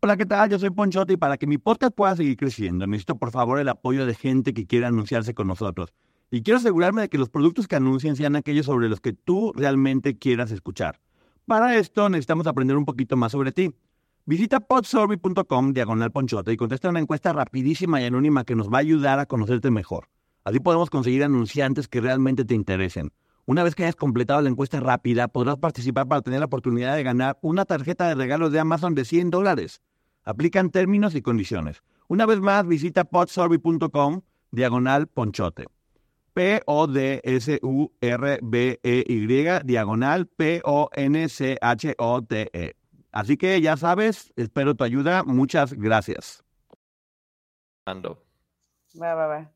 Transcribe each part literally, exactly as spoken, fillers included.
Hola, ¿qué tal? Yo soy Ponchote y para que mi podcast pueda seguir creciendo, necesito por favor el apoyo de gente que quiera anunciarse con nosotros. Y quiero asegurarme de que los productos que anuncien sean aquellos sobre los que tú realmente quieras escuchar. Para esto necesitamos aprender un poquito más sobre ti. Visita podsurvey.com diagonal Ponchote y contesta una encuesta rapidísima y anónima que nos va a ayudar a conocerte mejor. Así podemos conseguir anunciantes que realmente te interesen. Una vez que hayas completado la encuesta rápida, podrás participar para tener la oportunidad de ganar una tarjeta de regalo de Amazon de cien dólares. Aplican términos y condiciones. Una vez más, visita podsurvey.com diagonal Ponchote. P O D S U R B E Y diagonal P O N C H O T E. Así que ya sabes, espero tu ayuda. Muchas gracias. Ando. Va, va, va.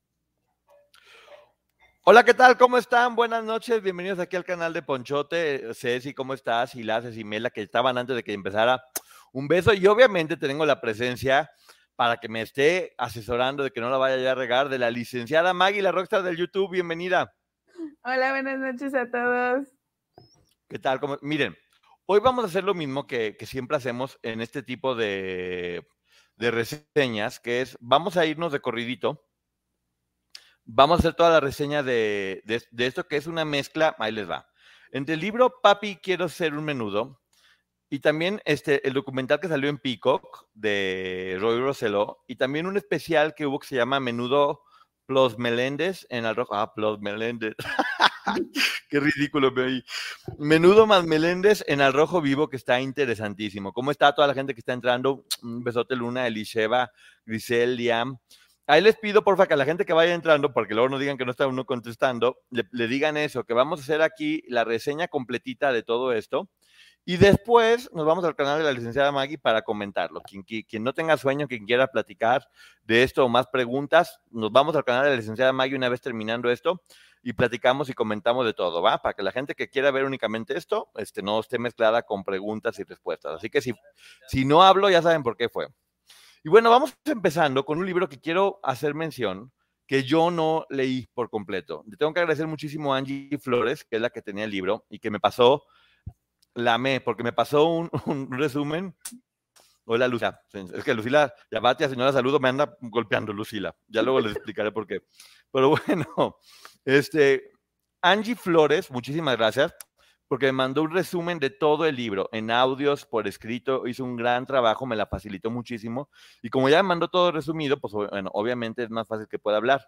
Hola, ¿qué tal? ¿Cómo están? Buenas noches, bienvenidos aquí al canal de Ponchote. Ceci, ¿cómo estás? Y Laces y Mela, que estaban antes de que empezara. Un beso y obviamente tengo la presencia para que me esté asesorando de que no la vaya a regar de la licenciada Maggie, la rockstar del YouTube. Bienvenida. Hola, buenas noches a todos. ¿Qué tal? ¿Cómo? Miren, hoy vamos a hacer lo mismo que, que siempre hacemos en este tipo de, de reseñas, que es, vamos a irnos de corridito. Vamos a hacer toda la reseña de, de, de esto, que es una mezcla, ahí les va. Entre el libro Papi, quiero ser un menudo, y también este, el documental que salió en Peacock de Roy Rosello, y también un especial que hubo que se llama Menudo Plus Meléndez en el rojo. Ah, Plus Meléndez. Qué ridículo me oí. Menudo más Meléndez en Al Rojo Vivo, que está interesantísimo. ¿Cómo está toda la gente que está entrando? Un besote, Luna, Elisheva, Grisel, Liam. Ahí les pido, porfa, que a la gente que vaya entrando, porque luego no digan que no está uno contestando, le, le digan eso, que vamos a hacer aquí la reseña completita de todo esto. Y después nos vamos al canal de la licenciada Maggie para comentarlo. Quien, quien, quien no tenga sueño, quien quiera platicar de esto o más preguntas, nos vamos al canal de la licenciada Maggie una vez terminando esto y platicamos y comentamos de todo, ¿va? Para que la gente que quiera ver únicamente esto, este, no esté mezclada con preguntas y respuestas. Así que si, si no hablo, ya saben por qué fue. Y bueno, vamos empezando con un libro que quiero hacer mención, que yo no leí por completo. Le tengo que agradecer muchísimo a Angie Flores, que es la que tenía el libro, y que me pasó, la amé, porque me pasó un, un resumen. Hola, Lucila. Es que Lucila, ya Batia, si no la saludo, me anda golpeando, Lucila. Ya luego les explicaré por qué. Pero bueno, este, Angie Flores, muchísimas gracias, porque me mandó un resumen de todo el libro, en audios, por escrito, hizo un gran trabajo, me la facilitó muchísimo, y como ya me mandó todo resumido, pues bueno, obviamente es más fácil que pueda hablar.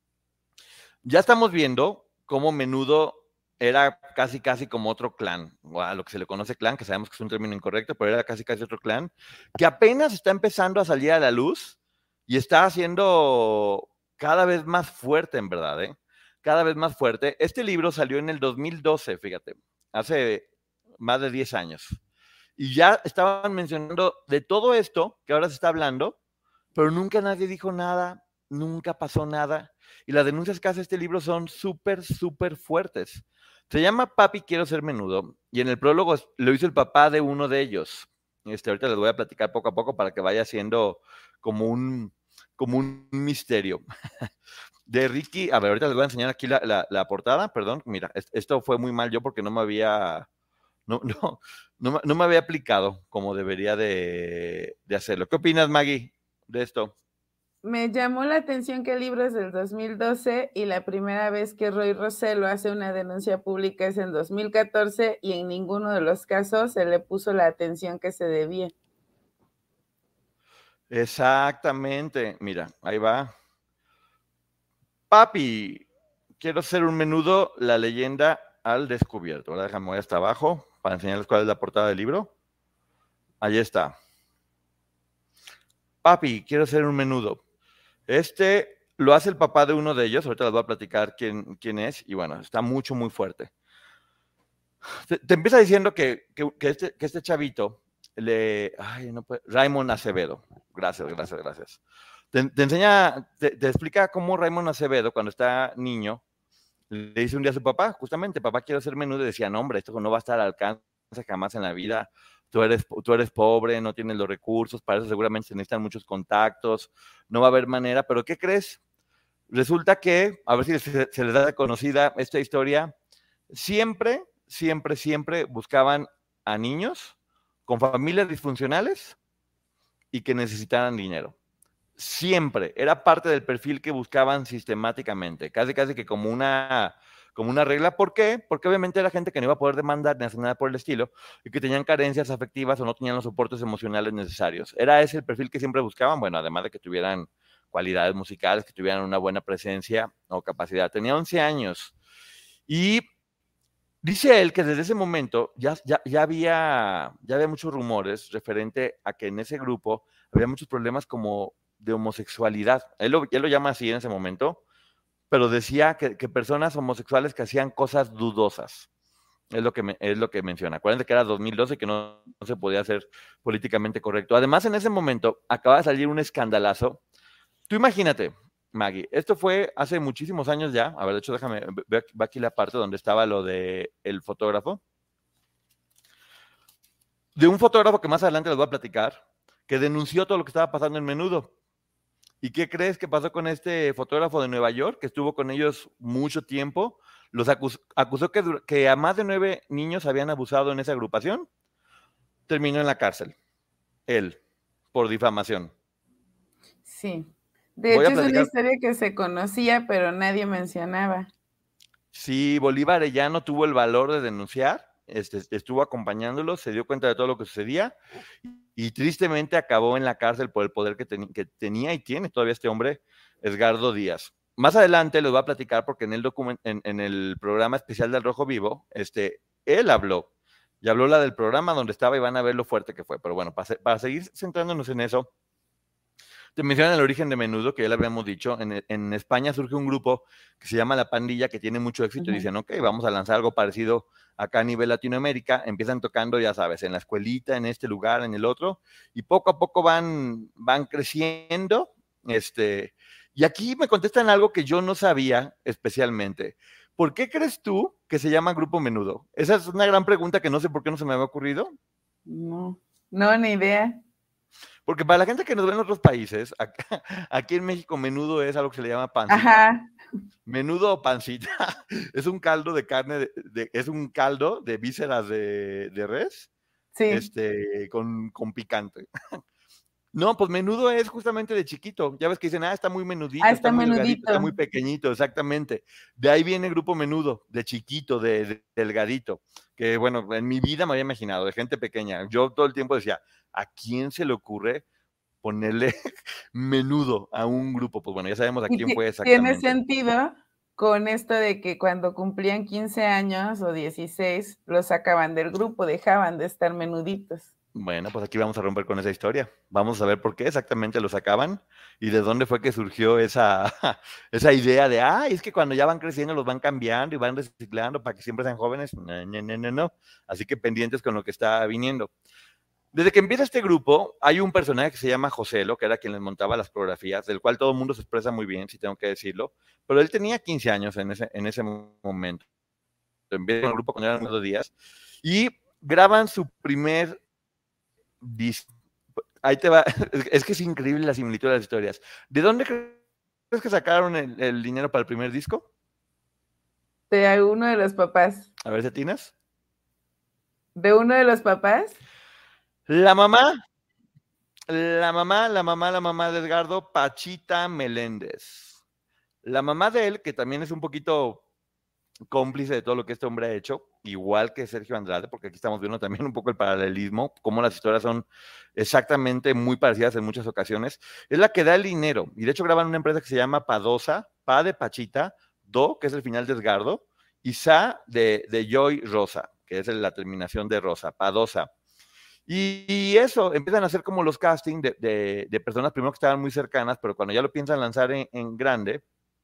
Ya estamos viendo cómo Menudo era casi casi como otro clan, o a lo que se le conoce clan, que sabemos que es un término incorrecto, pero era casi casi otro clan, que apenas está empezando a salir a la luz y está haciendo cada vez más fuerte, en verdad, ¿eh? Cada vez más fuerte. Este libro salió en el dos mil doce, fíjate, hace más de diez años. Y ya estaban mencionando de todo esto que ahora se está hablando, pero nunca nadie dijo nada, nunca pasó nada. Y las denuncias que hace este libro son súper, súper fuertes. Se llama Papi, quiero ser menudo, y en el prólogo lo hizo el papá de uno de ellos. Este, ahorita les voy a platicar poco a poco para que vaya siendo como un, como un misterio. De Ricky, a ver, ahorita les voy a enseñar aquí la, la, la portada, perdón, mira, esto fue muy mal yo porque no me había, no, no, no, no me había aplicado como debería de, de hacerlo. ¿Qué opinas, Maggie, de esto? Me llamó la atención que el libro es del dos mil doce y la primera vez que Roy Rosello hace una denuncia pública es en dos mil catorce y en ninguno de los casos se le puso la atención que se debía. Exactamente, mira, ahí va. Papi, quiero ser un menudo, la leyenda al descubierto. Ahora déjame voy hasta abajo para enseñarles cuál es la portada del libro. Ahí está. Papi, quiero ser un menudo. Este lo hace el papá de uno de ellos, ahorita les voy a platicar quién, quién es, y bueno, está mucho, muy fuerte. Te, te empieza diciendo que, que, que, este, que este chavito, le, ay, no puede, Raymond Acevedo, gracias, gracias, gracias. Te, te enseña, te, te explica cómo Raymond Acevedo, cuando está niño, le dice un día a su papá, justamente, papá, quiero ser menudo, y decía, no, hombre, esto no va a estar al alcance jamás en la vida, tú eres, tú eres pobre, no tienes los recursos, para eso seguramente se necesitan muchos contactos, no va a haber manera, pero ¿qué crees? Resulta que, a ver si se, se les da conocida esta historia, siempre, siempre, siempre buscaban a niños con familias disfuncionales y que necesitaran dinero. Siempre, era parte del perfil que buscaban sistemáticamente, casi casi que como una, como una regla. ¿Por qué? Porque obviamente era gente que no iba a poder demandar ni hacer nada por el estilo y que tenían carencias afectivas o no tenían los soportes emocionales necesarios. Era ese el perfil que siempre buscaban, bueno, además de que tuvieran cualidades musicales, que tuvieran una buena presencia o capacidad. Tenía once años y dice él que desde ese momento ya, ya, ya, había, ya había muchos rumores referente a que en ese grupo había muchos problemas como de homosexualidad. Él lo, él lo llama así en ese momento, pero decía que, que personas homosexuales que hacían cosas dudosas. Es lo que, me, es lo que menciona. Acuérdense que era dos mil doce, que no, no se podía hacer políticamente correcto. Además, en ese momento acaba de salir un escandalazo. Tú imagínate, Maggie, esto fue hace muchísimos años ya. A ver, de hecho, déjame, ve aquí la parte donde estaba lo de el fotógrafo. De un fotógrafo que más adelante les voy a platicar, que denunció todo lo que estaba pasando en Menudo. ¿Y qué crees que pasó con este fotógrafo de Nueva York, que estuvo con ellos mucho tiempo? Los acus acusó que, que a más de nueve niños habían abusado en esa agrupación. Terminó en la cárcel. Él, por difamación. Sí. De Voy hecho, es una historia que se conocía, pero nadie mencionaba. Sí, Bolívar Arellano tuvo el valor de denunciar, este, estuvo acompañándolo, se dio cuenta de todo lo que sucedía y tristemente acabó en la cárcel por el poder que, ten, que tenía y tiene todavía este hombre, Edgardo Díaz. Más adelante les voy a platicar porque en el, document, en, en el programa especial del Rojo Vivo, este, él habló, y habló la del programa donde estaba y van a ver lo fuerte que fue. Pero bueno, para, para seguir centrándonos en eso, te mencionan el origen de Menudo, que ya lo habíamos dicho. En, en España surge un grupo que se llama La Pandilla, que tiene mucho éxito, uh-huh. Y dicen, ok, vamos a lanzar algo parecido acá a nivel Latinoamérica. Empiezan tocando, ya sabes, en la escuelita, en este lugar, en el otro, y poco a poco van, van creciendo. Este, y aquí me contestan algo que yo no sabía especialmente. ¿Por qué crees tú que se llama Grupo Menudo? Esa es una gran pregunta que no sé por qué no se me había ocurrido. No, no, ni idea. Porque para la gente que nos ve en otros países, acá, aquí en México menudo es algo que se le llama pancita. Ajá. Menudo o pancita es un caldo de carne, de, de, es un caldo de vísceras de, de res, sí. este, con, con picante. No, pues menudo es justamente de chiquito. Ya ves que dicen, ah, está muy menudito, ah, está, está, muy menudito. delgadito, está muy pequeñito, exactamente. De ahí viene el Grupo Menudo, de chiquito, de, de delgadito. Que bueno, en mi vida me había imaginado, de gente pequeña. Yo todo el tiempo decía, ¿a quién se le ocurre ponerle menudo a un grupo? Pues bueno, ya sabemos a quién fue exactamente. Tiene sentido con esto de que cuando cumplían quince años o dieciséis, los sacaban del grupo, dejaban de estar menuditos. Bueno, pues aquí vamos a romper con esa historia. Vamos a ver por qué exactamente lo sacaban y de dónde fue que surgió esa, esa idea de, ah, es que cuando ya van creciendo los van cambiando y van reciclando para que siempre sean jóvenes. No, no, no, no, no. Así que pendientes con lo que está viniendo. Desde que empieza este grupo, hay un personaje que se llama Joselo, que era quien les montaba las coreografías, del cual todo el mundo se expresa muy bien, si tengo que decirlo, pero él tenía quince años en ese, en ese momento. Empieza el grupo cuando eran dos días y graban su primer disco. Ahí te va, es que es increíble la similitud de las historias. ¿De dónde crees que sacaron el, el dinero para el primer disco? De uno de los papás. A ver si atinas. ¿De uno de los papás? La mamá, la mamá, la mamá, la mamá de Edgardo, Pachita Meléndez. La mamá de él, que también es un poquito cómplice de todo lo que este hombre ha hecho, igual que Sergio Andrade, porque aquí estamos viendo también un poco el paralelismo, cómo las historias son exactamente muy parecidas en muchas ocasiones, es la que da el dinero, y de hecho graban una empresa que se llama Padosa, Pa de Pachita, Do, que es el final de Edgardo, y Sa de, de Joy Rosa, que es la terminación de Rosa, Padosa. Y, y eso, empiezan a hacer como los castings de, de, de personas primero que estaban muy cercanas, pero cuando ya lo piensan lanzar en, en grande,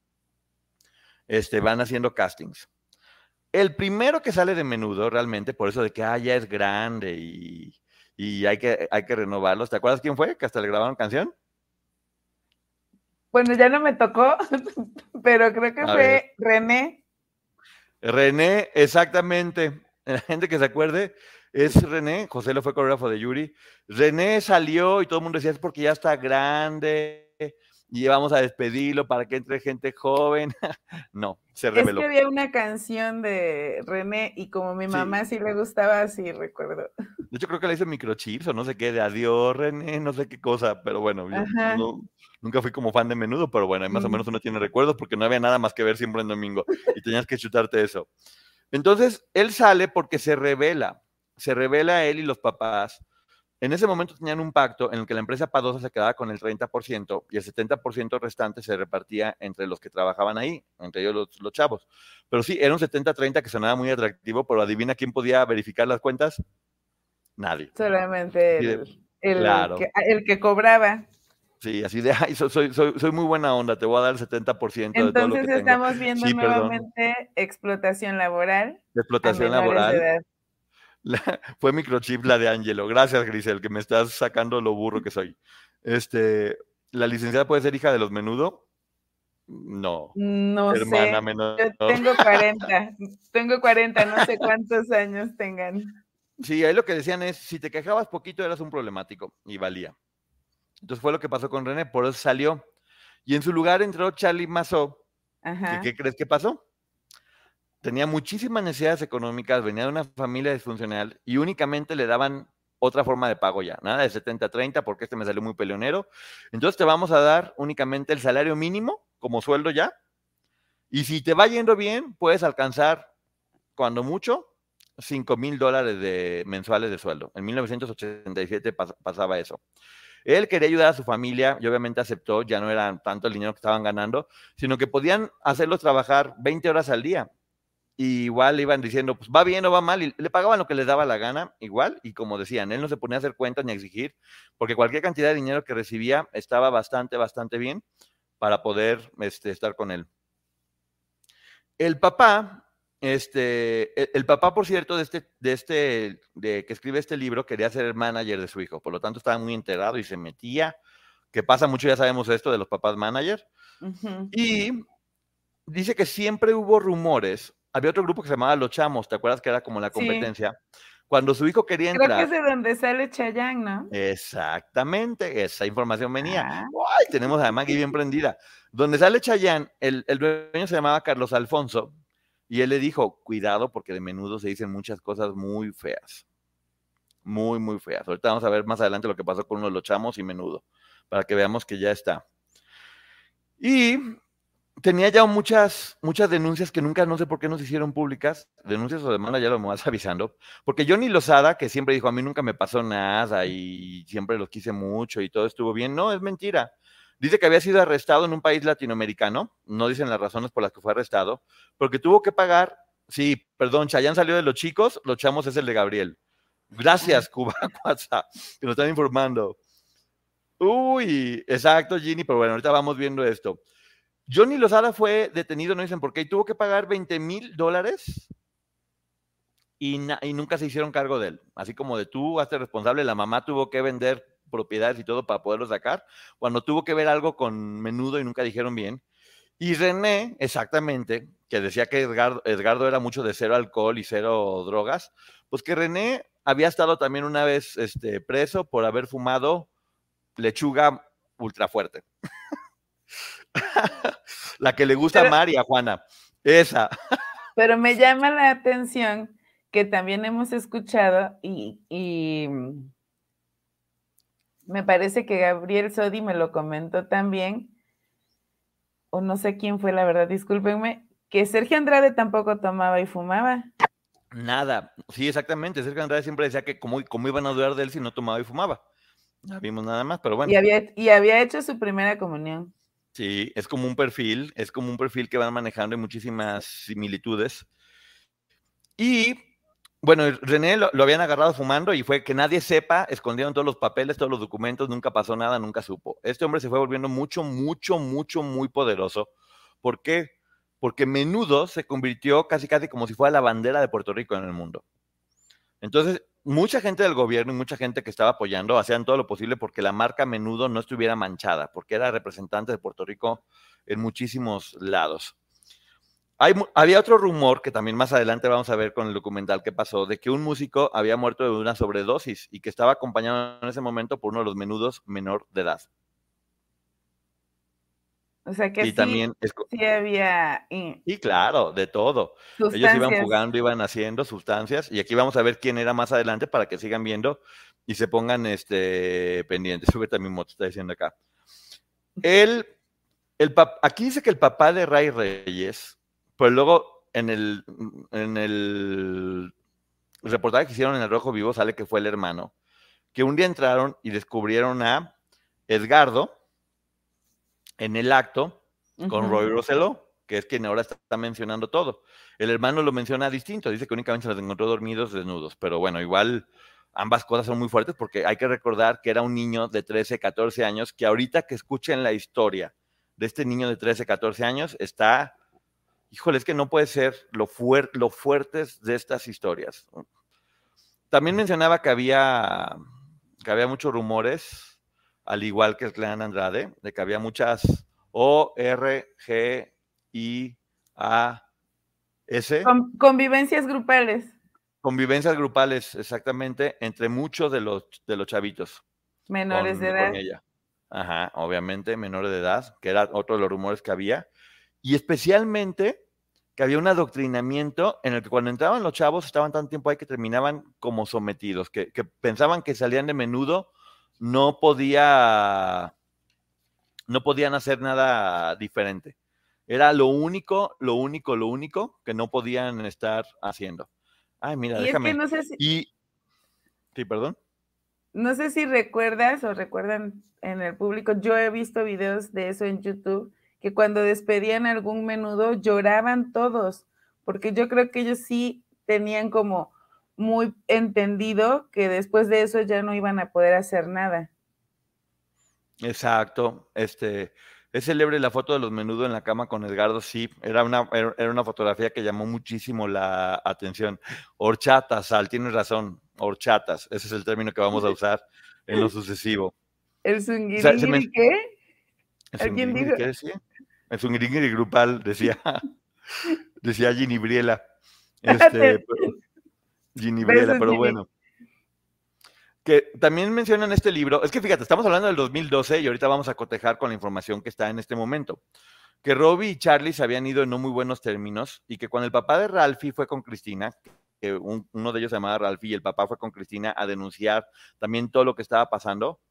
Este, van haciendo castings. El primero que sale de Menudo, realmente, por eso de que ah, ya es grande y, y hay, que, hay que renovarlos. ¿Te acuerdas quién fue? Que hasta le grabaron canción. Bueno, ya no me tocó, pero creo que a fue ver. René. René, exactamente. La gente que se acuerde es René. José lo fue coreógrafo de Yuri. René salió y todo el mundo decía es porque ya está grande. y vamos a despedirlo para que entre gente joven. No, se reveló. Es que había una canción de René y como mi mamá sí, sí le gustaba, sí recuerdo. De hecho, creo que la hizo Microchips o no sé qué, de adiós René, no sé qué cosa, pero bueno, yo no, nunca fui como fan de Menudo, pero bueno, más mm. o menos uno tiene recuerdos porque no había nada más que ver siempre en domingo y tenías que chutarte eso. Entonces, él sale porque se revela, se revela él y los papás. En ese momento tenían un pacto en el que la empresa Padosa se quedaba con el treinta por ciento y el setenta por ciento restante se repartía entre los que trabajaban ahí, entre ellos los, los chavos. Pero sí, era un setenta treinta que sonaba muy atractivo, pero adivina quién podía verificar las cuentas. Nadie. Solamente el, de, el, claro. que, el que cobraba. Sí, así de, ay, soy, soy, soy, soy muy buena onda, te voy a dar el setenta por ciento de todo lo que tengo. Entonces estamos viendo sí, nuevamente perdón. explotación laboral. Explotación laboral. La, fue Microchip la de Ángelo. Gracias, Grisel, que me estás sacando lo burro que soy. Este, ¿la licenciada puede ser hija de los Menudo? No. No Hermana sé. menor. Yo tengo cuarenta. tengo cuarenta, no sé cuántos años tengan. Sí, ahí lo que decían es, si te quejabas poquito eras un problemático y valía. Entonces fue lo que pasó con René, por eso salió. Y en su lugar entró Charlie Mazo. ¿Qué, ¿Qué crees que pasó? Tenía muchísimas necesidades económicas, venía de una familia disfuncional y únicamente le daban otra forma de pago ya, nada de setenta treinta porque este me salió muy peleonero. Entonces te vamos a dar únicamente el salario mínimo como sueldo ya y si te va yendo bien puedes alcanzar cuando mucho cinco mil dólares de, mensuales de sueldo. En mil novecientos ochenta y siete pas, pasaba eso. Él quería ayudar a su familia y obviamente aceptó, ya no era tanto el dinero que estaban ganando, sino que podían hacerlos trabajar veinte horas al día. Y igual iban diciendo, pues va bien o va mal, y le pagaban lo que les daba la gana, igual, y como decían, él no se ponía a hacer cuentas ni a exigir, porque cualquier cantidad de dinero que recibía estaba bastante, bastante bien para poder este, estar con él. El papá, este, el, el papá, por cierto, de este, de este, de que escribe este libro, quería ser el manager de su hijo, por lo tanto estaba muy enterado y se metía, que pasa mucho, ya sabemos esto de los papás manager, uh-huh. Y dice que siempre hubo rumores. Había otro grupo que se llamaba Los Chamos, ¿te acuerdas que era como la competencia? Sí. Cuando su hijo quería entrar... Creo que es de donde sale Chayanne, ¿no? Exactamente, esa información venía. Ah. ¡Ay! Tenemos a Maggie bien prendida. Donde sale Chayanne, el, el dueño se llamaba Carlos Alfonso, y él le dijo, cuidado, porque de menudo se dicen muchas cosas muy feas. Muy, muy feas. Ahorita vamos a ver más adelante lo que pasó con uno de Los Chamos y Menudo, para que veamos que ya está. Y... tenía ya muchas, muchas denuncias que nunca, no sé por qué no se hicieron públicas, denuncias o demandas, ya lo me vas avisando, porque Johnny Lozada, que siempre dijo, a mí nunca me pasó nada y siempre los quise mucho y todo estuvo bien, no, es mentira. Dice que había sido arrestado en un país latinoamericano, no dicen las razones por las que fue arrestado, porque tuvo que pagar, sí, perdón, Chayanne salió de Los Chicos, Los Chamos es el de Gabriel. Gracias, Cuba, WhatsApp, que nos están informando. Uy, exacto, Ginny, pero bueno, ahorita vamos viendo esto. Johnny Lozada fue detenido, no dicen por qué, y tuvo que pagar veinte mil dólares y, y nunca se hicieron cargo de él. Así como de tú, hazte responsable, la mamá tuvo que vender propiedades y todo para poderlo sacar, cuando tuvo que ver algo con Menudo y nunca dijeron bien. Y René, exactamente, que decía que Edgardo, Edgardo era mucho de cero alcohol y cero drogas, pues que René había estado también una vez este, preso por haber fumado lechuga ultra fuerte. La que le gusta pero, a Mari, a Juana, esa. Pero me llama la atención que también hemos escuchado y, y me parece que Gabriel Sodi me lo comentó también, o no sé quién fue la verdad, discúlpenme, que Sergio Andrade tampoco tomaba y fumaba. Nada, sí, exactamente, Sergio Andrade siempre decía que cómo, cómo iban a dudar de él si no tomaba y fumaba. No vimos nada más, pero bueno. Y había, y había hecho su primera comunión. Sí, es como un perfil, es como un perfil que van manejando en muchísimas similitudes. Y, bueno, René lo, lo habían agarrado fumando y fue que nadie sepa, escondieron todos los papeles, todos los documentos, nunca pasó nada, nunca supo. Este hombre se fue volviendo mucho, mucho, mucho, muy poderoso. ¿Por qué? Porque Menudo se convirtió casi, casi como si fuera la bandera de Puerto Rico en el mundo. Entonces, mucha gente del gobierno y mucha gente que estaba apoyando hacían todo lo posible porque la marca Menudo no estuviera manchada, porque era representante de Puerto Rico en muchísimos lados. Hay, había otro rumor que también más adelante vamos a ver con el documental que pasó, de que un músico había muerto de una sobredosis y que estaba acompañado en ese momento por uno de los Menudos menor de edad. O sea que Y sí, también es, sí había eh, sí, claro, de todo. Ellos iban sustancias. jugando, iban haciendo sustancias, y aquí vamos a ver quién era más adelante para que sigan viendo y se pongan este, pendientes. Súbete a mi moto, está diciendo acá. El, el pap- aquí dice que el papá de Ray Reyes, pero luego en el, en el reportaje que hicieron en El Rojo Vivo sale que fue el hermano, que un día entraron y descubrieron a Edgardo en el acto con Ujú. Roy Rosselló, que es quien ahora está mencionando todo. El hermano lo menciona distinto, dice que únicamente se los encontró dormidos, desnudos, pero bueno, igual ambas cosas son muy fuertes porque hay que recordar que era un niño de trece, catorce años, que ahorita que escuchen la historia de este niño de trece, catorce años, está, híjole, es que no puede ser lo, fuer lo fuertes de estas historias. También mencionaba que había, que había muchos rumores, al igual que el clan Andrade, de que había muchas O, R, G, I, A, S, Con- convivencias grupales, convivencias grupales, exactamente, entre muchos de los, de los chavitos menores de con, con edad. ella. Ajá, obviamente, menores de edad, que era otro de los rumores que había. Y especialmente que había un adoctrinamiento en el que cuando entraban los chavos estaban tanto tiempo ahí que terminaban como sometidos, que, que pensaban que salían de menudo, no podía, no podían hacer nada diferente. Era lo único, lo único, lo único que no podían estar haciendo. Ay, mira, Y es que déjame. no sé si, Y, sí, perdón. no sé si recuerdas o recuerdan en el público, yo he visto videos de eso en YouTube, que cuando despedían algún menudo lloraban todos, porque yo creo que ellos sí tenían como muy entendido que después de eso ya no iban a poder hacer nada. Exacto. Este, es célebre la foto de los menudo en la cama con Edgardo, sí, era una, era era una fotografía que llamó muchísimo la atención. Horchatas, Sal, tienes razón, horchatas, ese es el término que vamos a usar en lo sucesivo. ¿El O sea, se men- zungiringiri qué? ¿el ¿Alguien zungiringiri dijo? qué decía? El zungiringiri grupal, decía, decía Ginibriela. Este, Te- pero- del Ginibriela, pero zungiri- bueno. Que también mencionan este libro, es que fíjate, estamos hablando del dos mil doce y ahorita vamos a cotejar con la información que está en este momento. Que Robbie y Charlie se habían ido en no muy buenos términos y que cuando el papá de Ralphie fue con Cristina, que un, uno de ellos se llamaba Ralphie y el papá fue con Cristina a denunciar también todo lo que estaba pasando,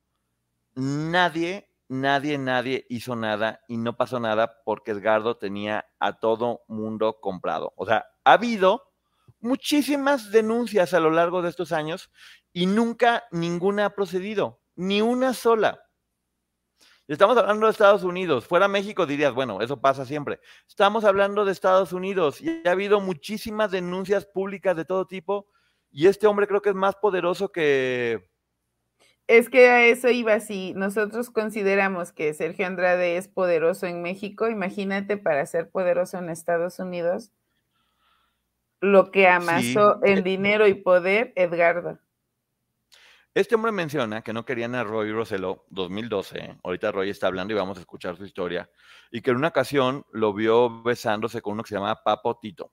nadie, nadie, nadie hizo nada y no pasó nada porque Edgardo tenía a todo mundo comprado. O sea, ha habido muchísimas denuncias a lo largo de estos años y nunca ninguna ha procedido, ni una sola. Estamos hablando de Estados Unidos. Fuera México dirías, bueno, eso pasa siempre. Estamos hablando de Estados Unidos y ha habido muchísimas denuncias públicas de todo tipo y este hombre creo que es más poderoso que... Es que a eso iba, si nosotros consideramos que Sergio Andrade es poderoso en México, imagínate para ser poderoso en Estados Unidos, lo que Sí, amasó en eh, dinero y poder Edgardo. este hombre menciona que no querían a Roy Rosselló, dos mil doce, ¿eh? Ahorita Roy está hablando y vamos a escuchar su historia, y que en una ocasión lo vio besándose con uno que se llamaba Papo Tito.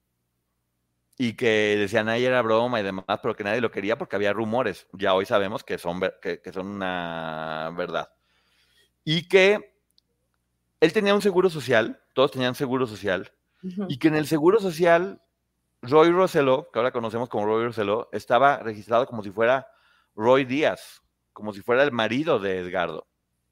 Y que decían, ahí era broma y demás, pero que nadie lo quería porque había rumores. Ya hoy sabemos que son, que, que son una verdad. Y que él tenía un seguro social, todos tenían seguro social, Ujú. y que en el seguro social, Roy Rosselló, que ahora conocemos como Roy Rosselló, estaba registrado como si fuera Roy Díaz, como si fuera el marido de Edgardo.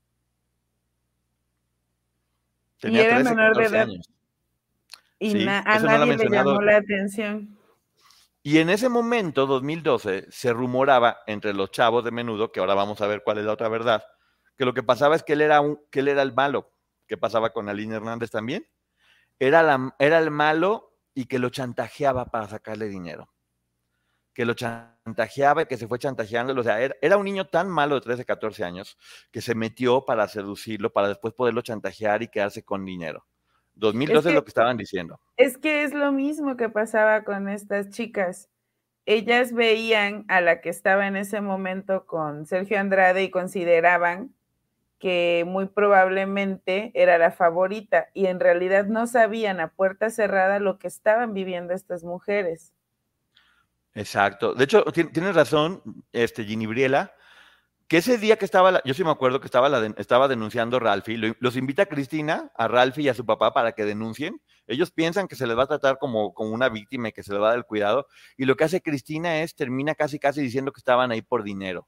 Y Tenía era trece, menor de catorce edad años. y na Sí, a eso no lo ha nadie le mencionado. llamó la atención. Y en ese momento, dos mil doce, se rumoraba entre los chavos de menudo, que ahora vamos a ver cuál es la otra verdad, que lo que pasaba es que él era, un, que él era el malo. ¿Qué pasaba con Aline Hernández también? Era, la, era el malo y que lo chantajeaba para sacarle dinero. Que lo chantajeaba y que se fue chantajeando. O sea, era, era un niño tan malo de trece, catorce años que se metió para seducirlo, para después poderlo chantajear y quedarse con dinero. dos mil Es doce es que lo que estaban diciendo. es que es lo mismo que pasaba con estas chicas. Ellas veían a la que estaba en ese momento con Sergio Andrade y consideraban que muy probablemente era la favorita y en realidad no sabían a puerta cerrada lo que estaban viviendo estas mujeres. Exacto. De hecho, tienes razón, este, Ginibriela, que ese día que estaba, la, yo sí me acuerdo que estaba, la de, estaba denunciando Ralphie, lo, los invita a Cristina, a Ralphie y a su papá para que denuncien. Ellos piensan que se les va a tratar como, como una víctima y que se les va a dar el cuidado. Y lo que hace Cristina es, termina casi casi diciendo que estaban ahí por dinero.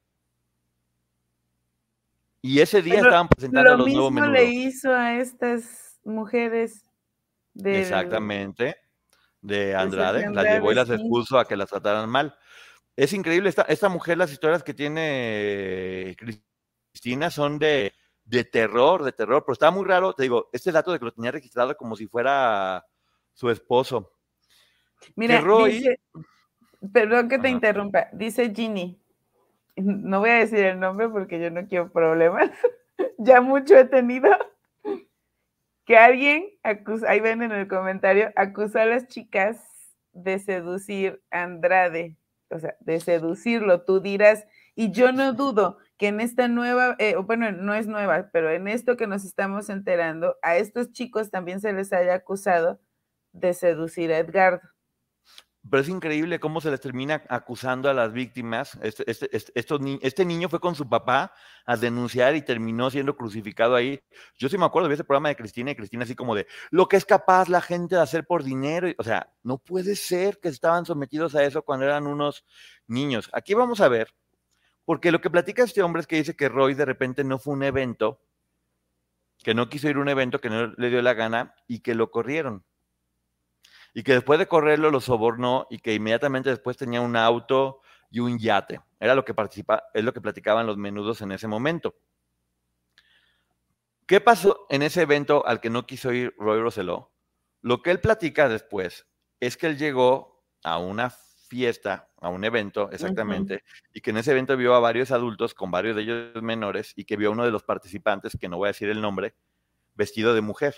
Y ese día Pero estaban presentando lo los nuevos mismo menudos. le hizo a estas mujeres del, Exactamente, de Andrade, de las llevó y las sí. expuso a que las trataran mal. Es increíble, esta, esta mujer, las historias que tiene Cristina son de, de terror, de terror, pero está muy raro, te digo, este dato de que lo tenía registrado como si fuera su esposo. Mira, que Roy... dice, perdón que te Ajá. interrumpa, dice Ginny, no voy a decir el nombre porque yo no quiero problemas, ya mucho he tenido, que alguien, acusa, ahí ven en el comentario, acusó a las chicas de seducir a Andrade, o sea, de seducirlo, tú dirás, y yo no dudo que en esta nueva, eh, bueno, no es nueva, pero en esto que nos estamos enterando, a estos chicos también se les haya acusado de seducir a Edgardo. Pero es increíble cómo se les termina acusando a las víctimas. Este, este, este, estos ni este niño fue con su papá a denunciar y terminó siendo crucificado ahí. Yo sí me acuerdo de ese programa de Cristina y Cristina así como de lo que es capaz la gente de hacer por dinero. O sea, no puede ser que estaban sometidos a eso cuando eran unos niños. Aquí vamos a ver, porque lo que platica este hombre es que dice que Roy de repente no fue un evento, que no quiso ir a un evento, que no le dio la gana y que lo corrieron. Y que después de correrlo lo sobornó y que inmediatamente después tenía un auto y un yate. Era lo que participa, es lo que platicaban los menudos en ese momento. ¿Qué pasó en ese evento al que no quiso ir Roy Rosselló? Lo que él platica después es que él llegó a una fiesta, a un evento exactamente, uh-huh. y que en ese evento vio a varios adultos, con varios de ellos menores, y que vio a uno de los participantes, que no voy a decir el nombre, vestido de mujer.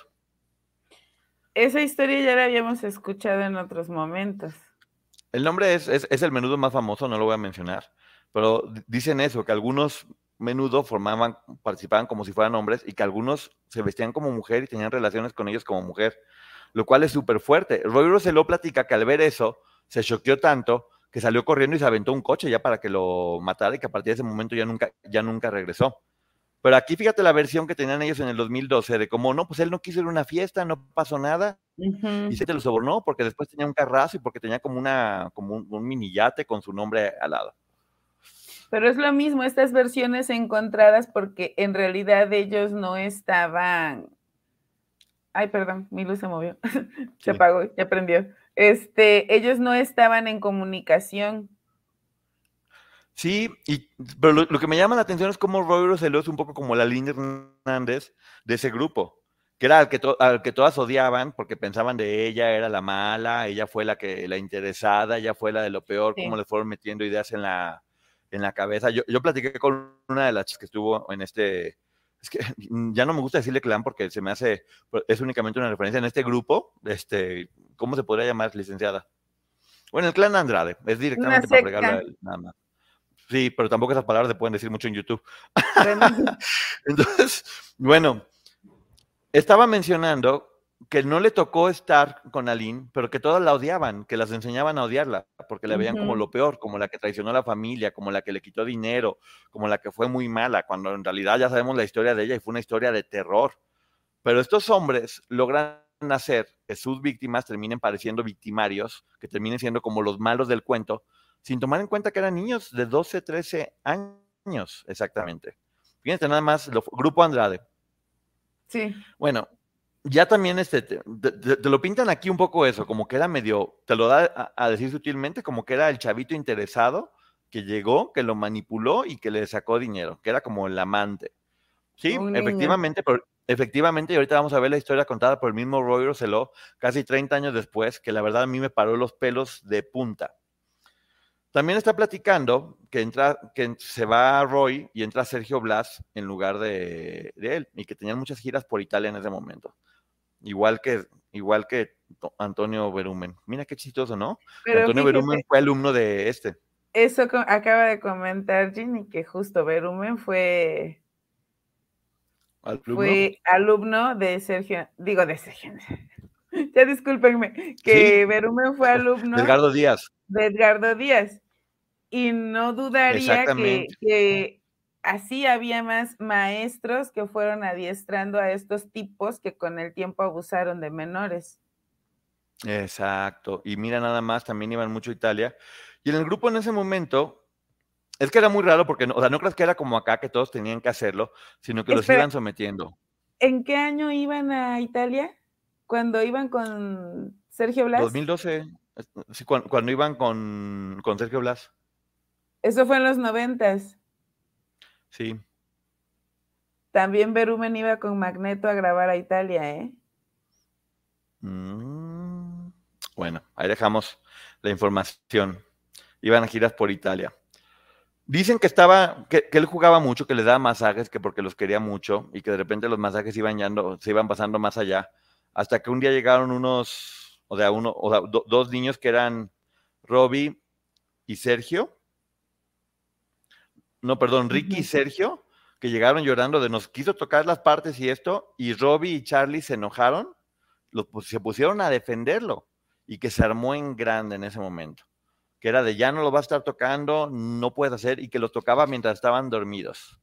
Esa historia ya la habíamos escuchado en otros momentos. El nombre es, es, es el menudo más famoso, no lo voy a mencionar, pero dicen eso, que algunos menudo formaban, participaban como si fueran hombres y que algunos se vestían como mujer y tenían relaciones con ellos como mujer, lo cual es súper fuerte. Roy Rosselló platica que al ver eso se choqueó tanto que salió corriendo y se aventó un coche ya para que lo matara y que a partir de ese momento ya nunca, ya nunca regresó. Pero aquí fíjate la versión que tenían ellos en el dos mil doce de cómo, no, pues él no quiso ir a una fiesta, no pasó nada, uh-huh. y se te lo sobornó porque después tenía un carrazo y porque tenía como, una, como un, un mini yate con su nombre al lado. Pero es lo mismo, estas versiones encontradas porque en realidad ellos no estaban... Ay, perdón, mi luz se movió, sí. Se apagó, ya prendió. Este, ellos no estaban en comunicación. Sí, y, pero lo, lo que me llama la atención es cómo Roy Rosselló es un poco como la Linda Hernández de ese grupo, que era al que, to, al que todas odiaban porque pensaban de ella, era la mala, ella fue la que la interesada, ella fue la de lo peor, sí. Cómo le fueron metiendo ideas en la, en la cabeza. Yo, yo platiqué con una de las chicas que estuvo en este, es que ya no me gusta decirle clan porque se me hace, es únicamente una referencia en este grupo, este, ¿cómo se podría llamar, licenciada? Bueno, el clan Andrade, es directamente para fregarla nada más. Sí, pero tampoco esas palabras se pueden decir mucho en YouTube. Bueno. Entonces, bueno, estaba mencionando que no le tocó estar con Aline, pero que todas la odiaban, que las enseñaban a odiarla, porque la veían uh-huh. como lo peor, como la que traicionó a la familia, como la que le quitó dinero, como la que fue muy mala, cuando en realidad ya sabemos la historia de ella y fue una historia de terror. Pero estos hombres logran hacer que sus víctimas terminen pareciendo victimarios, que terminen siendo como los malos del cuento, sin tomar en cuenta que eran niños de doce, trece años, exactamente. Fíjense nada más, lo, Grupo Andrade. Sí. Bueno, ya también este, te, te, te lo pintan aquí un poco eso, como que era medio, te lo da a, a decir sutilmente, como que era el chavito interesado que llegó, que lo manipuló y que le sacó dinero, que era como el amante. Sí, un efectivamente, pero, efectivamente, y ahorita vamos a ver la historia contada por el mismo Roy Rosselló, casi treinta años después, que la verdad a mí me paró los pelos de punta. También está platicando que, entra, que se va Roy y entra Sergio Blas en lugar de, de él, y que tenían muchas giras por Italia en ese momento. Igual que, igual que Antonio Berumen. Mira qué chistoso, ¿no? Pero Antonio fíjate, Berumen fue alumno de este. Eso acaba de comentar Ginny, que justo Berumen fue... ¿Alumno? Fue alumno de Sergio, digo de Sergio, ya discúlpenme, que sí. Berumen fue alumno de Edgardo Díaz. De Edgardo Díaz. Y no dudaría que, que así había más maestros que fueron adiestrando a estos tipos que con el tiempo abusaron de menores. Exacto. Y mira, nada más, también iban mucho a Italia. Y en el grupo en ese momento, es que era muy raro porque, no, o sea, no creas que era como acá que todos tenían que hacerlo, sino que los Espera, iban sometiendo. ¿en qué año iban a Italia? ¿Cuando iban con Sergio Blas? dos mil doce, sí, cuando, cuando iban con, con Sergio Blas. Eso fue en los noventas. Sí. También Berumen iba con Magneto a grabar a Italia, ¿eh? Mm, bueno, ahí dejamos la información. Iban a giras por Italia. Dicen que estaba, que, que él jugaba mucho, que le daba masajes, que porque los quería mucho, y que de repente los masajes iban yendo, se iban pasando más allá, hasta que un día llegaron unos, o sea, uno, o sea, do, dos niños que eran Robbie y Sergio, no, perdón, Ricky y Sergio, que llegaron llorando de nos quiso tocar las partes y esto, y Robbie y Charlie se enojaron, lo, pues, se pusieron a defenderlo, y que se armó en grande en ese momento, que era de ya no lo va a estar tocando, no puedes hacer, y que los tocaba mientras estaban dormidos.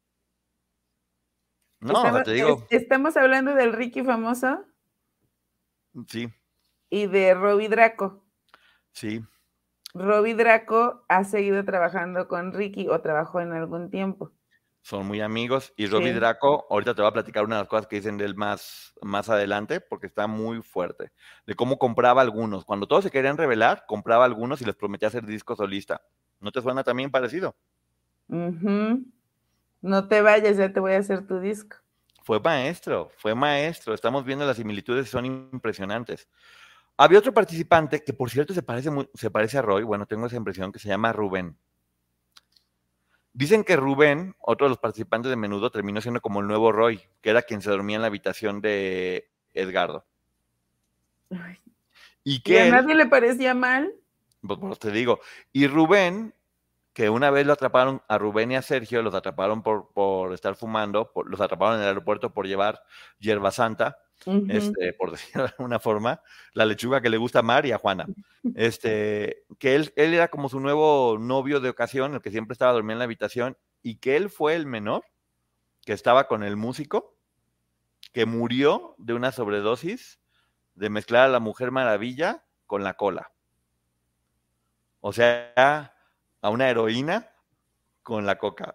No, estamos, o sea, te digo. Es, estamos hablando del Ricky famoso. Sí. Y de Robbie Draco. Sí. Robbie Draco ha seguido trabajando con Ricky o trabajó en algún tiempo. Son muy amigos. Y Robbie Sí. Draco, ahorita te voy a platicar una de las cosas que dicen de él más, más adelante, porque está muy fuerte. De cómo compraba algunos. Cuando todos se querían revelar, compraba algunos y les prometía hacer disco solista. ¿No te suena también parecido? Uh-huh. No te vayas, ya te voy a hacer tu disco. Fue maestro, fue maestro. Estamos viendo las similitudes, son impresionantes. Había otro participante que, por cierto, se parece, muy, se parece a Roy. Bueno, tengo esa impresión, que se llama Rubén. Dicen que Rubén, otro de los participantes de Menudo, terminó siendo como el nuevo Roy, que era quien se dormía en la habitación de Edgardo. Ay. Y que ¿Y a él, nadie le parecía mal? pues, pues te digo, y Rubén, que una vez lo atraparon, a Rubén y a Sergio, los atraparon por, por estar fumando, por, los atraparon en el aeropuerto por llevar hierba santa, uh-huh. este, por decirlo de alguna forma, la lechuga que le gusta a Mar y a Juana. Este, que él, él era como su nuevo novio de ocasión, el que siempre estaba dormido en la habitación, y que él fue el menor que estaba con el músico, que murió de una sobredosis de mezclar a la Mujer Maravilla con la cola. O sea, a una heroína con la coca.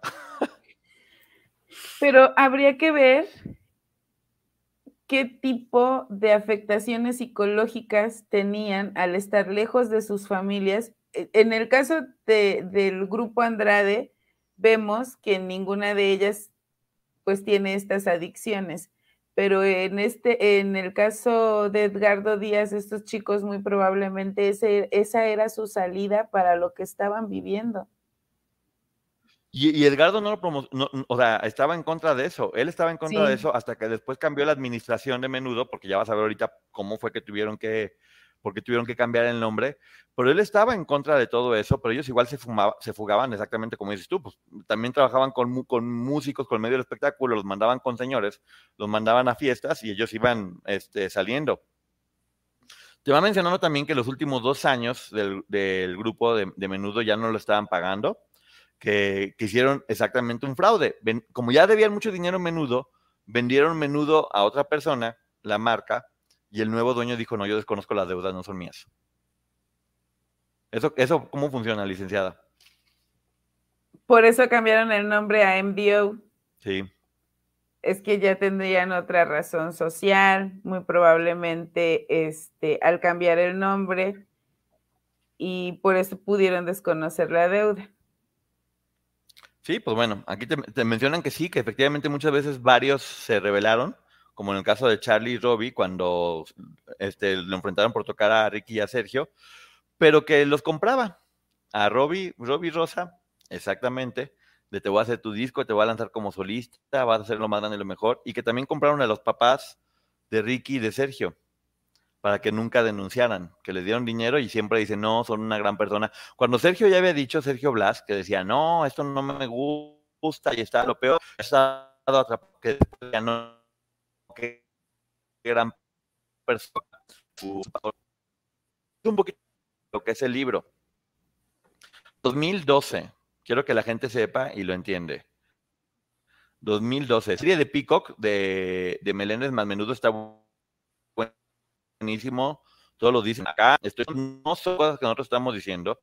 Pero habría que ver qué tipo de afectaciones psicológicas tenían al estar lejos de sus familias. En el caso de, del grupo Andrade, vemos que ninguna de ellas pues tiene estas adicciones, pero en, este, en el caso de Edgardo Díaz, estos chicos muy probablemente ese, esa era su salida para lo que estaban viviendo. Y, y Edgardo no lo promocionó, no, o sea, estaba en contra de eso. Él estaba en contra sí. de eso hasta que después cambió la administración de Menudo, porque ya vas a ver ahorita cómo fue que tuvieron que, porque tuvieron que cambiar el nombre. Pero él estaba en contra de todo eso, pero ellos igual se, fumaba, se fugaban exactamente como dices tú. Pues también trabajaban con, con músicos, con medio del espectáculo, los mandaban con señores, los mandaban a fiestas y ellos iban este, saliendo. Te va mencionando también que los últimos dos años del, del grupo de, de Menudo ya no lo estaban pagando. Que, que hicieron exactamente un fraude. Ven, como ya debían mucho dinero en Menudo, vendieron Menudo a otra persona, la marca, y el nuevo dueño dijo, no, yo desconozco las deudas, no son mías. ¿Eso, eso cómo funciona, licenciada? Por eso cambiaron el nombre a M D O. Sí. Es que ya tendrían otra razón social, muy probablemente este, al cambiar el nombre, y por eso pudieron desconocer la deuda. Sí, pues bueno, aquí te, te mencionan que sí, que efectivamente muchas veces varios se rebelaron, como en el caso de Charlie y Robbie, cuando este, lo enfrentaron por tocar a Ricky y a Sergio, pero que los compraba. A Robbie, Robbie Rosa, exactamente, de te voy a hacer tu disco, te voy a lanzar como solista, vas a hacer lo más grande y lo mejor, y que también compraron a los papás de Ricky y de Sergio, para que nunca denunciaran, que les dieron dinero y siempre dicen, no, son una gran persona. Cuando Sergio ya había dicho, Sergio Blas, que decía, no, esto no me gusta y está lo peor, ha estado atrapado, que ya no, qué gran persona. Un poquito lo que es el libro. dos mil doce, quiero que la gente sepa y lo entiende. dos mil doce. Serie de Peacock de, de Meléndez más Menudo está buenísimo. Todos lo dicen acá. Estoy, no son cosas que nosotros estamos diciendo.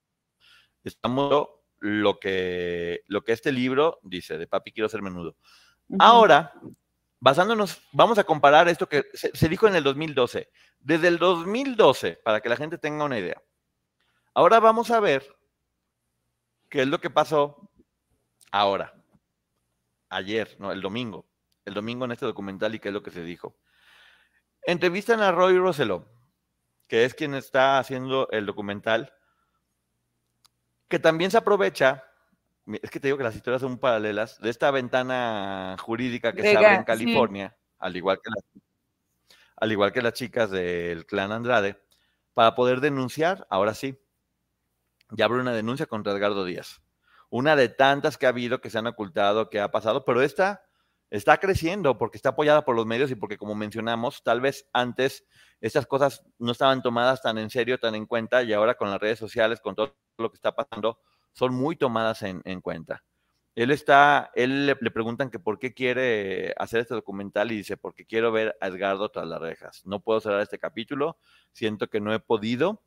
Estamos lo que, lo que este libro dice, de Papi Quiero Ser Menudo. Uh-huh. Ahora, basándonos, vamos a comparar esto que se, se dijo en el dos mil doce. Desde el dos mil doce, para que la gente tenga una idea. Ahora vamos a ver qué es lo que pasó ahora. Ayer, no, el domingo. El domingo en este documental y qué es lo que se dijo. Entrevistan a Roy Rosselló, que es quien está haciendo el documental, que también se aprovecha, es que te digo que las historias son paralelas, de esta ventana jurídica que Vega, se abre en California, sí. al, igual que las, al igual que las chicas del clan Andrade, para poder denunciar, ahora sí, ya abre una denuncia contra Edgardo Díaz. Una de tantas que ha habido, que se han ocultado, que ha pasado, pero esta está creciendo porque está apoyada por los medios y porque, como mencionamos, tal vez antes estas cosas no estaban tomadas tan en serio, tan en cuenta, y ahora con las redes sociales, con todo lo que está pasando, son muy tomadas en, en cuenta. Él está, él le, le preguntan que por qué quiere hacer este documental y dice, porque quiero ver a Edgardo tras las rejas. No puedo cerrar este capítulo, siento que no he podido.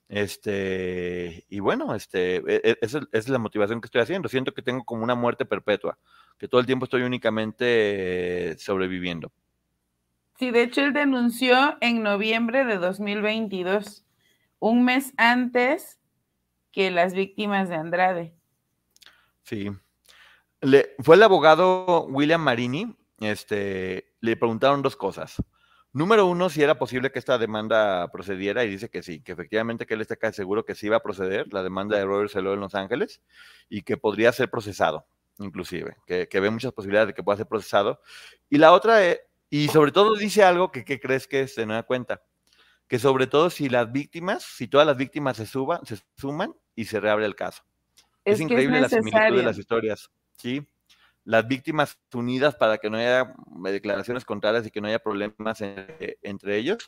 Este, y bueno, este, esa es la motivación que estoy haciendo. Siento que tengo como una muerte perpetua, que todo el tiempo estoy únicamente sobreviviendo. Sí, de hecho él denunció en noviembre de dos mil veintidós, un mes antes que las víctimas de Andrade. Sí. Le, fue el abogado William Marini, este, le preguntaron dos cosas. Número uno, si era posible que esta demanda procediera, y dice que sí, que efectivamente que él está casi seguro que sí iba a proceder, la demanda de Roy Rosselló en Los Ángeles, y que podría ser procesado, inclusive, que, que ve muchas posibilidades de que pueda ser procesado. Y la otra, es, y sobre todo dice algo que, que crees que se no da cuenta, que sobre todo si las víctimas, si todas las víctimas se suban, se suman y se reabre el caso. Es, es increíble es la similitud de las historias, ¿sí? Las víctimas unidas para que no haya declaraciones contrarias y que no haya problemas entre, entre ellos.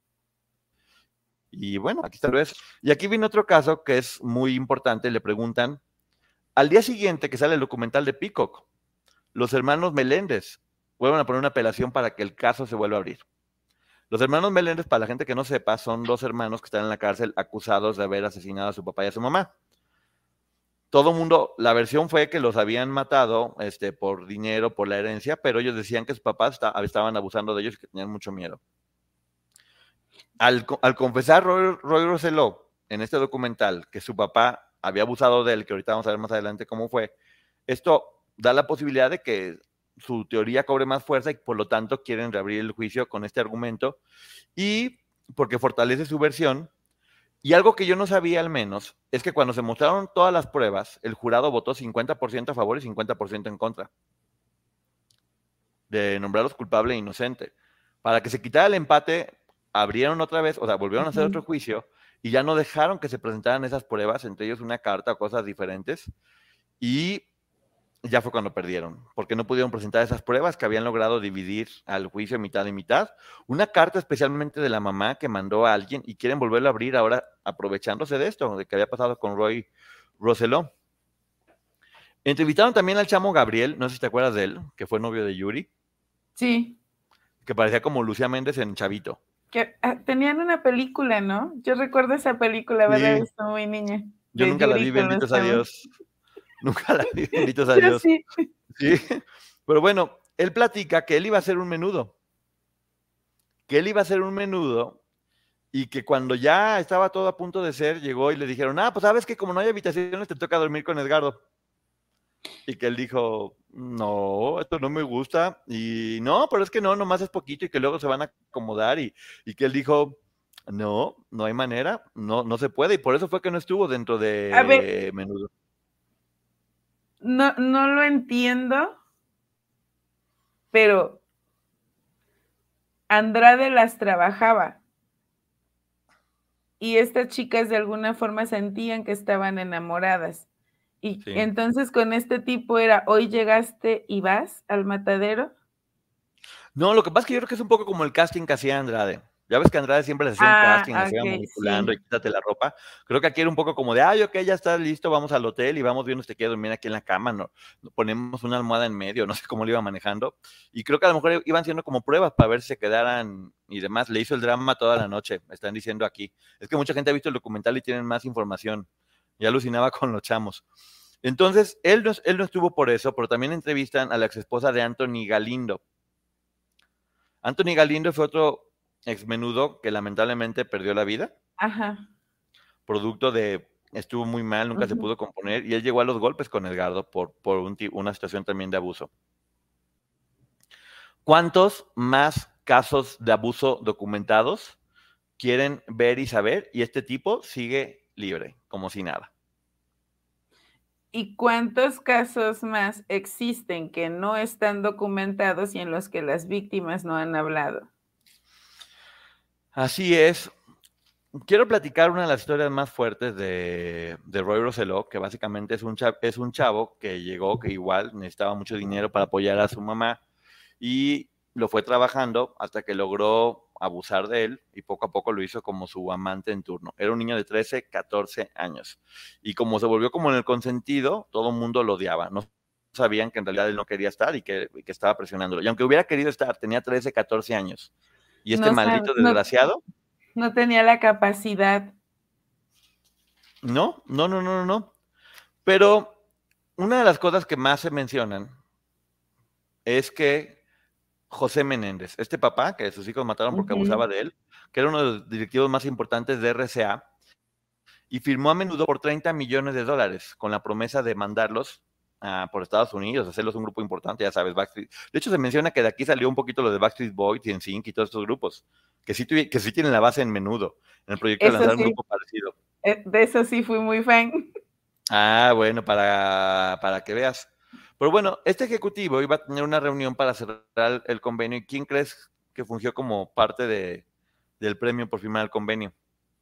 Y bueno, aquí tal vez. Y aquí viene otro caso que es muy importante. Le preguntan, al día siguiente que sale el documental de Peacock, los hermanos Meléndez vuelven a poner una apelación para que el caso se vuelva a abrir. Los hermanos Meléndez, para la gente que no sepa, son dos hermanos que están en la cárcel acusados de haber asesinado a su papá y a su mamá. Todo mundo, la versión fue que los habían matado este, por dinero, por la herencia, pero ellos decían que sus papás está, estaban abusando de ellos y que tenían mucho miedo. Al, al confesar Roy, Roy Rosselló en este documental que su papá había abusado de él, que ahorita vamos a ver más adelante cómo fue, esto da la posibilidad de que su teoría cobre más fuerza y por lo tanto quieren reabrir el juicio con este argumento y porque fortalece su versión. Y algo que yo no sabía al menos es que cuando se mostraron todas las pruebas, el jurado votó cincuenta por ciento a favor y cincuenta por ciento en contra de nombrarlos culpable e inocente. Para que se quitara el empate, abrieron otra vez, o sea, volvieron a hacer otro juicio y ya no dejaron que se presentaran esas pruebas, entre ellos una carta o cosas diferentes, y ya fue cuando perdieron, porque no pudieron presentar esas pruebas que habían logrado dividir al juicio mitad y mitad. Una carta especialmente de la mamá que mandó a alguien y quieren volverlo a abrir ahora aprovechándose de esto, de que había pasado con Roy Rosselló. Entrevistaron también al chamo Gabriel, no sé si te acuerdas de él, que fue novio de Yuri. Sí. Que parecía como Lucía Méndez en Chavito. Que ah, tenían una película, ¿no? Yo recuerdo esa película, sí. Haberla visto muy niña. Yo nunca Yuri la vi, benditos a Dios. Nunca la vi, benditos a Dios. Sí. Sí. Pero bueno, él platica que él iba a hacer un menudo. Que él iba a hacer un menudo y que cuando ya estaba todo a punto de ser, llegó y le dijeron, ah, pues sabes que como no hay habitaciones te toca dormir con Edgardo. Y que él dijo, no, esto no me gusta. Y no, pero es que no, nomás es poquito y que luego se van a acomodar. Y, y que él dijo, no, no hay manera, no, no se puede. Y por eso fue que no estuvo dentro de a ver, menudo. No, no lo entiendo, pero Andrade las trabajaba y estas chicas de alguna forma sentían que estaban enamoradas y sí. Entonces con este tipo era, hoy llegaste y vas al matadero. No, lo que pasa es que yo creo que es un poco como el casting que hacía Andrade. Ya ves que Andrade siempre les hacía un Ah, casting, les iba ok, manipulando sí. y quítate la ropa. Creo que aquí era un poco como de, ay, ok, ya está listo, vamos al hotel y vamos viendo si te quieres dormir aquí en la cama, ¿no? Ponemos una almohada en medio, no sé cómo lo iba manejando. Y creo que a lo mejor iban siendo como pruebas para ver si se quedaran y demás. Le hizo el drama toda la noche, están diciendo aquí. Es que mucha gente ha visto el documental y tienen más información. Ya alucinaba con los chamos. Entonces, él no, él no estuvo por eso, pero también entrevistan a la exesposa de Anthony Galindo. Anthony Galindo fue otro exmenudo que lamentablemente perdió la vida. Ajá. Producto de, estuvo muy mal, nunca uh-huh. se pudo componer, y él llegó a los golpes con Edgardo por, por un, una situación también de abuso. ¿Cuántos más casos de abuso documentados quieren ver y saber? Y este tipo sigue libre, como si nada. ¿Y cuántos casos más existen que no están documentados y en los que las víctimas no han hablado? Así es. Quiero platicar una de las historias más fuertes de, de Roy Rosselló, que básicamente es un, chavo, es un chavo que llegó, que igual necesitaba mucho dinero para apoyar a su mamá, y lo fue trabajando hasta que logró abusar de él, y poco a poco lo hizo como su amante en turno. Era un niño de trece, catorce años, y como se volvió como en el consentido, todo el mundo lo odiaba, no sabían que en realidad él no quería estar y que, y que estaba presionándolo, y aunque hubiera querido estar, tenía trece, catorce años, y este no, maldito no, desgraciado... No tenía la capacidad. No, no, no, no, no. Pero una de las cosas que más se mencionan es que José Menéndez, este papá que sus hijos mataron porque uh-huh. abusaba de él, que era uno de los directivos más importantes de R C A, y firmó a menudo por treinta millones de dólares con la promesa de mandarlos uh, por Estados Unidos, hacerlos un grupo importante, ya sabes, Backstreet. De hecho, se menciona que de aquí salió un poquito lo de Backstreet Boys y N Sync y todos estos grupos, que sí, que sí tienen la base en Menudo, en el proyecto eso de lanzar sí. un grupo parecido. De eso sí fui muy fan. Ah, bueno, para, para que veas. Pero bueno, este ejecutivo iba a tener una reunión para cerrar el convenio. ¿Y quién crees que fungió como parte de, del premio por firmar el convenio?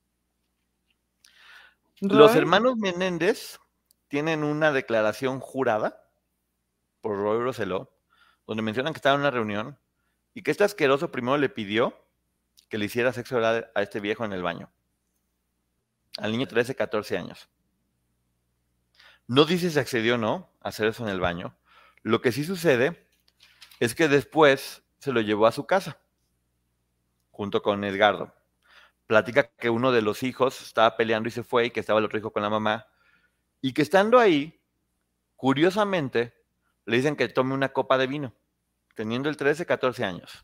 ¿Roy? Los hermanos Menéndez tienen una declaración jurada por Roy Rosselló, donde mencionan que estaba en una reunión y que este asqueroso primero le pidió que le hiciera sexo oral a este viejo en el baño. Al niño de trece, catorce años. No dice si accedió o no a hacer eso en el baño. Lo que sí sucede es que después se lo llevó a su casa, junto con Edgardo. Platica que uno de los hijos estaba peleando y se fue, y que estaba el otro hijo con la mamá, y que estando ahí, curiosamente, le dicen que tome una copa de vino, teniendo el trece, catorce años.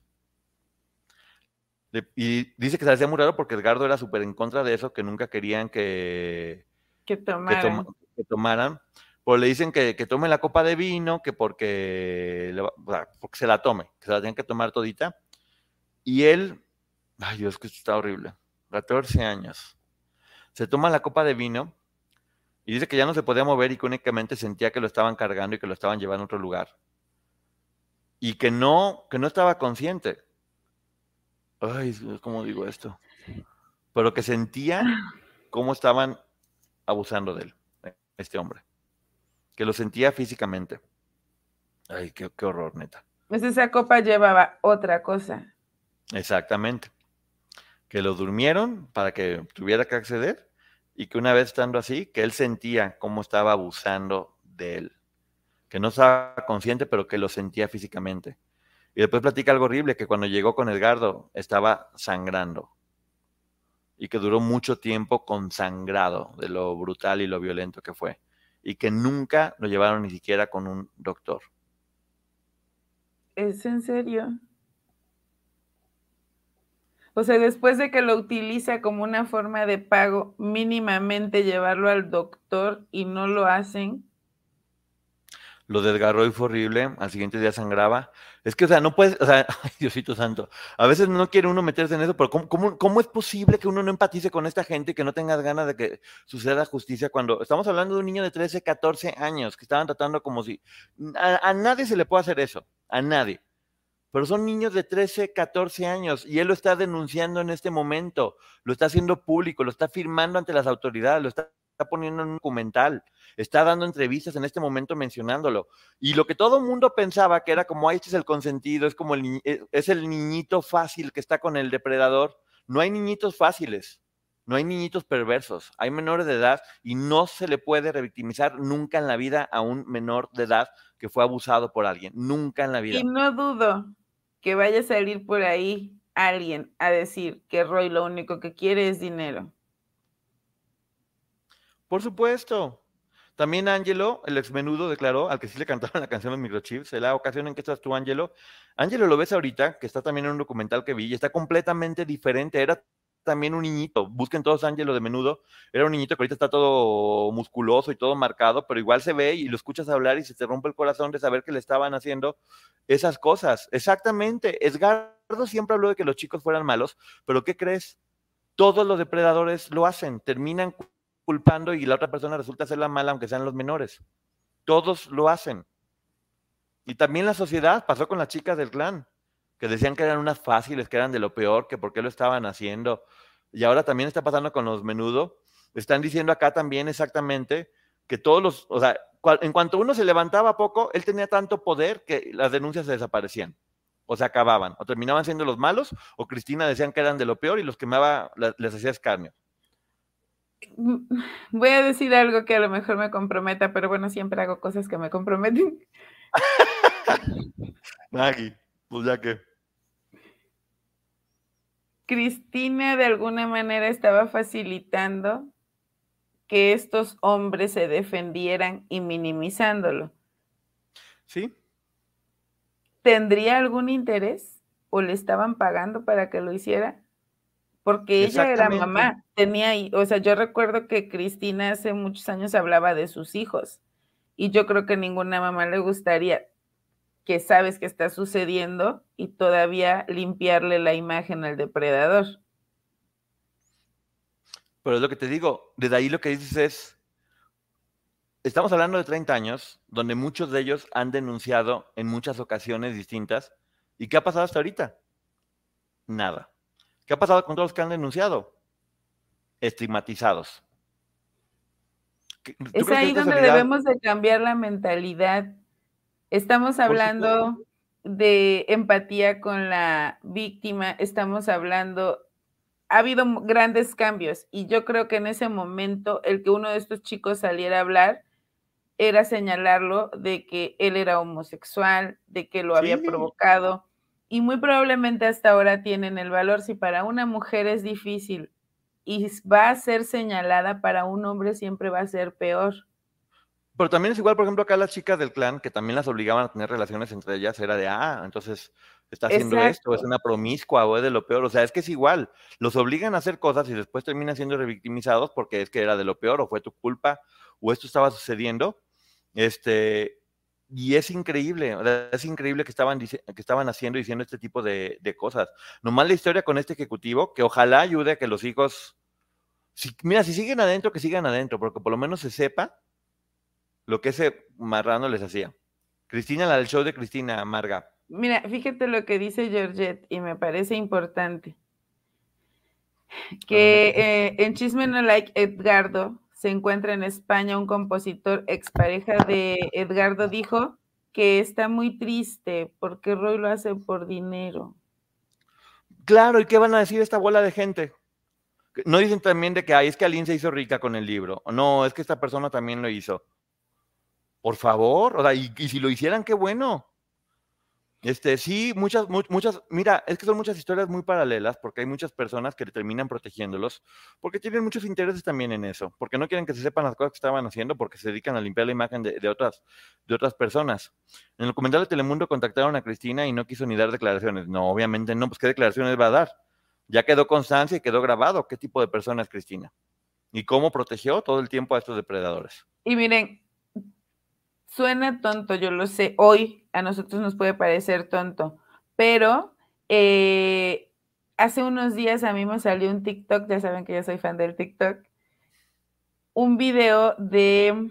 Y dice que se le hacía muy raro porque Edgardo era súper en contra de eso, que nunca querían que... Que tomaran. Que, toma, que tomaran. Pues le dicen que, que tome la copa de vino, que porque, le, porque se la tome, que se la tienen que tomar todita. Y él, ay Dios, que esto está horrible, catorce años, se toma la copa de vino y dice que ya no se podía mover y que únicamente sentía que lo estaban cargando y que lo estaban llevando a otro lugar. Y que no, que no estaba consciente. Ay, ¿cómo digo esto? Pero que sentía cómo estaban abusando de él, este hombre. Que lo sentía físicamente. Ay, qué, qué horror, neta. Pues esa copa llevaba otra cosa. Exactamente. Que lo durmieron para que tuviera que acceder y que una vez estando así, que él sentía cómo estaba abusando de él. Que no estaba consciente, pero que lo sentía físicamente. Y después platica algo horrible, que cuando llegó con Edgardo estaba sangrando. Y que duró mucho tiempo consangrado de lo brutal y lo violento que fue. Y que nunca lo llevaron ni siquiera con un doctor. ¿Es en serio? O sea, después de que lo utiliza como una forma de pago, mínimamente llevarlo al doctor y no lo hacen. Lo desgarró y fue horrible, al siguiente día sangraba. Es que, o sea, no puedes, o sea, ay, Diosito santo, a veces no quiere uno meterse en eso, pero ¿cómo, cómo, cómo es posible que uno no empatice con esta gente y que no tengas ganas de que suceda justicia cuando estamos hablando de un niño de trece, catorce años que estaban tratando como si... A, a nadie se le puede hacer eso, a nadie. Pero son niños de trece, catorce años y él lo está denunciando en este momento, lo está haciendo público, lo está firmando ante las autoridades, lo está está poniendo en un documental, está dando entrevistas en este momento mencionándolo. Y lo que todo el mundo pensaba que era como, ay, este es el consentido, es como el, es el niñito fácil que está con el depredador, No hay niñitos fáciles, no hay niñitos perversos, hay menores de edad y no se le puede revictimizar nunca en la vida a un menor de edad que fue abusado por alguien, nunca en la vida. Y no dudo que vaya a salir por ahí alguien a decir que Roy lo único que quiere es dinero. Por supuesto. También Angelo, el exmenudo, declaró, al que sí le cantaron la canción Los Microchips, en la ocasión en que estás tú, Angelo. Angelo lo ves ahorita, que está también en un documental que vi, y está completamente diferente. Era también un niñito. Busquen todos Angelo de Menudo. Era un niñito que ahorita está todo musculoso y todo marcado, pero igual se ve y lo escuchas hablar y se te rompe el corazón de saber que le estaban haciendo esas cosas. Exactamente. Edgardo siempre habló de que los chicos fueran malos, pero ¿qué crees? Todos los depredadores lo hacen, terminan culpando y la otra persona resulta ser la mala, aunque sean los menores. Todos lo hacen. Y también la sociedad pasó con las chicas del clan, que decían que eran unas fáciles, que eran de lo peor, que por qué lo estaban haciendo. Y ahora también está pasando con los menudo. Están diciendo acá también exactamente que todos los, o sea, en cuanto uno se levantaba poco, él tenía tanto poder que las denuncias se desaparecían. O se acababan, o terminaban siendo los malos, o Cristina decían que eran de lo peor y los quemaba, les hacía escarnio. Voy a decir algo que a lo mejor me comprometa, pero bueno, siempre hago cosas que me comprometen. Maggie, pues ya que. Cristina de alguna manera estaba facilitando que estos hombres se defendieran y minimizándolo. Sí. ¿Tendría algún interés o le estaban pagando para que lo hiciera? Porque ella era mamá, tenía, o sea, yo recuerdo que Cristina hace muchos años hablaba de sus hijos y yo creo que ninguna mamá le gustaría que sabes que está sucediendo y todavía limpiarle la imagen al depredador. Pero es lo que te digo, desde ahí lo que dices es, estamos hablando de treinta años, donde muchos de ellos han denunciado en muchas ocasiones distintas. ¿Y qué ha pasado hasta ahorita? Nada. ¿Qué ha pasado con todos los que han denunciado? Estigmatizados. Es ahí donde debemos de cambiar la mentalidad. Estamos hablando de empatía con la víctima, estamos hablando, ha habido grandes cambios y yo creo que en ese momento el que uno de estos chicos saliera a hablar era señalarlo de que él era homosexual, de que lo sí. había provocado y muy probablemente hasta ahora tienen el valor. Si para una mujer es difícil y va a ser señalada, para un hombre siempre va a ser peor. Pero también es igual, por ejemplo, acá las chicas del clan, que también las obligaban a tener relaciones entre ellas, era de, ah, entonces está haciendo Exacto. esto, es una promiscua o es de lo peor. O sea, es que es igual, los obligan a hacer cosas y después terminan siendo revictimizados porque es que era de lo peor o fue tu culpa o esto estaba sucediendo. Este, y es increíble, es increíble que estaban, que estaban haciendo y diciendo este tipo de, de cosas. Nomás la historia con este ejecutivo, que ojalá ayude a que los hijos, si, mira, si siguen adentro, que sigan adentro, porque por lo menos se sepa lo que ese marrano les hacía. Cristina, la del show de Cristina Marga. Mira, fíjate lo que dice Georgette y me parece importante. Que eh, en Chisme No Like Edgardo se encuentra en España un compositor expareja de Edgardo dijo que está muy triste porque Roy lo hace por dinero. Claro, ¿y qué van a decir esta bola de gente? No dicen también de que ay, es que Aline se hizo rica con el libro. No, es que esta persona también lo hizo. Por favor, o sea, y, y si lo hicieran, qué bueno. Este, sí, muchas, mu muchas, mira, es que son muchas historias muy paralelas, porque hay muchas personas que terminan protegiéndolos, porque tienen muchos intereses también en eso, porque no quieren que se sepan las cosas que estaban haciendo, porque se dedican a limpiar la imagen de, de, otras, de otras personas. En el documental de Telemundo contactaron a Cristina y no quiso ni dar declaraciones. No, obviamente no, pues ¿qué declaraciones va a dar? Ya quedó constancia y quedó grabado qué tipo de persona es Cristina y cómo protegió todo el tiempo a estos depredadores. Y miren, suena tonto, yo lo sé, hoy a nosotros nos puede parecer tonto, pero eh, hace unos días a mí me salió un TikTok, ya saben que yo soy fan del TikTok, un video de,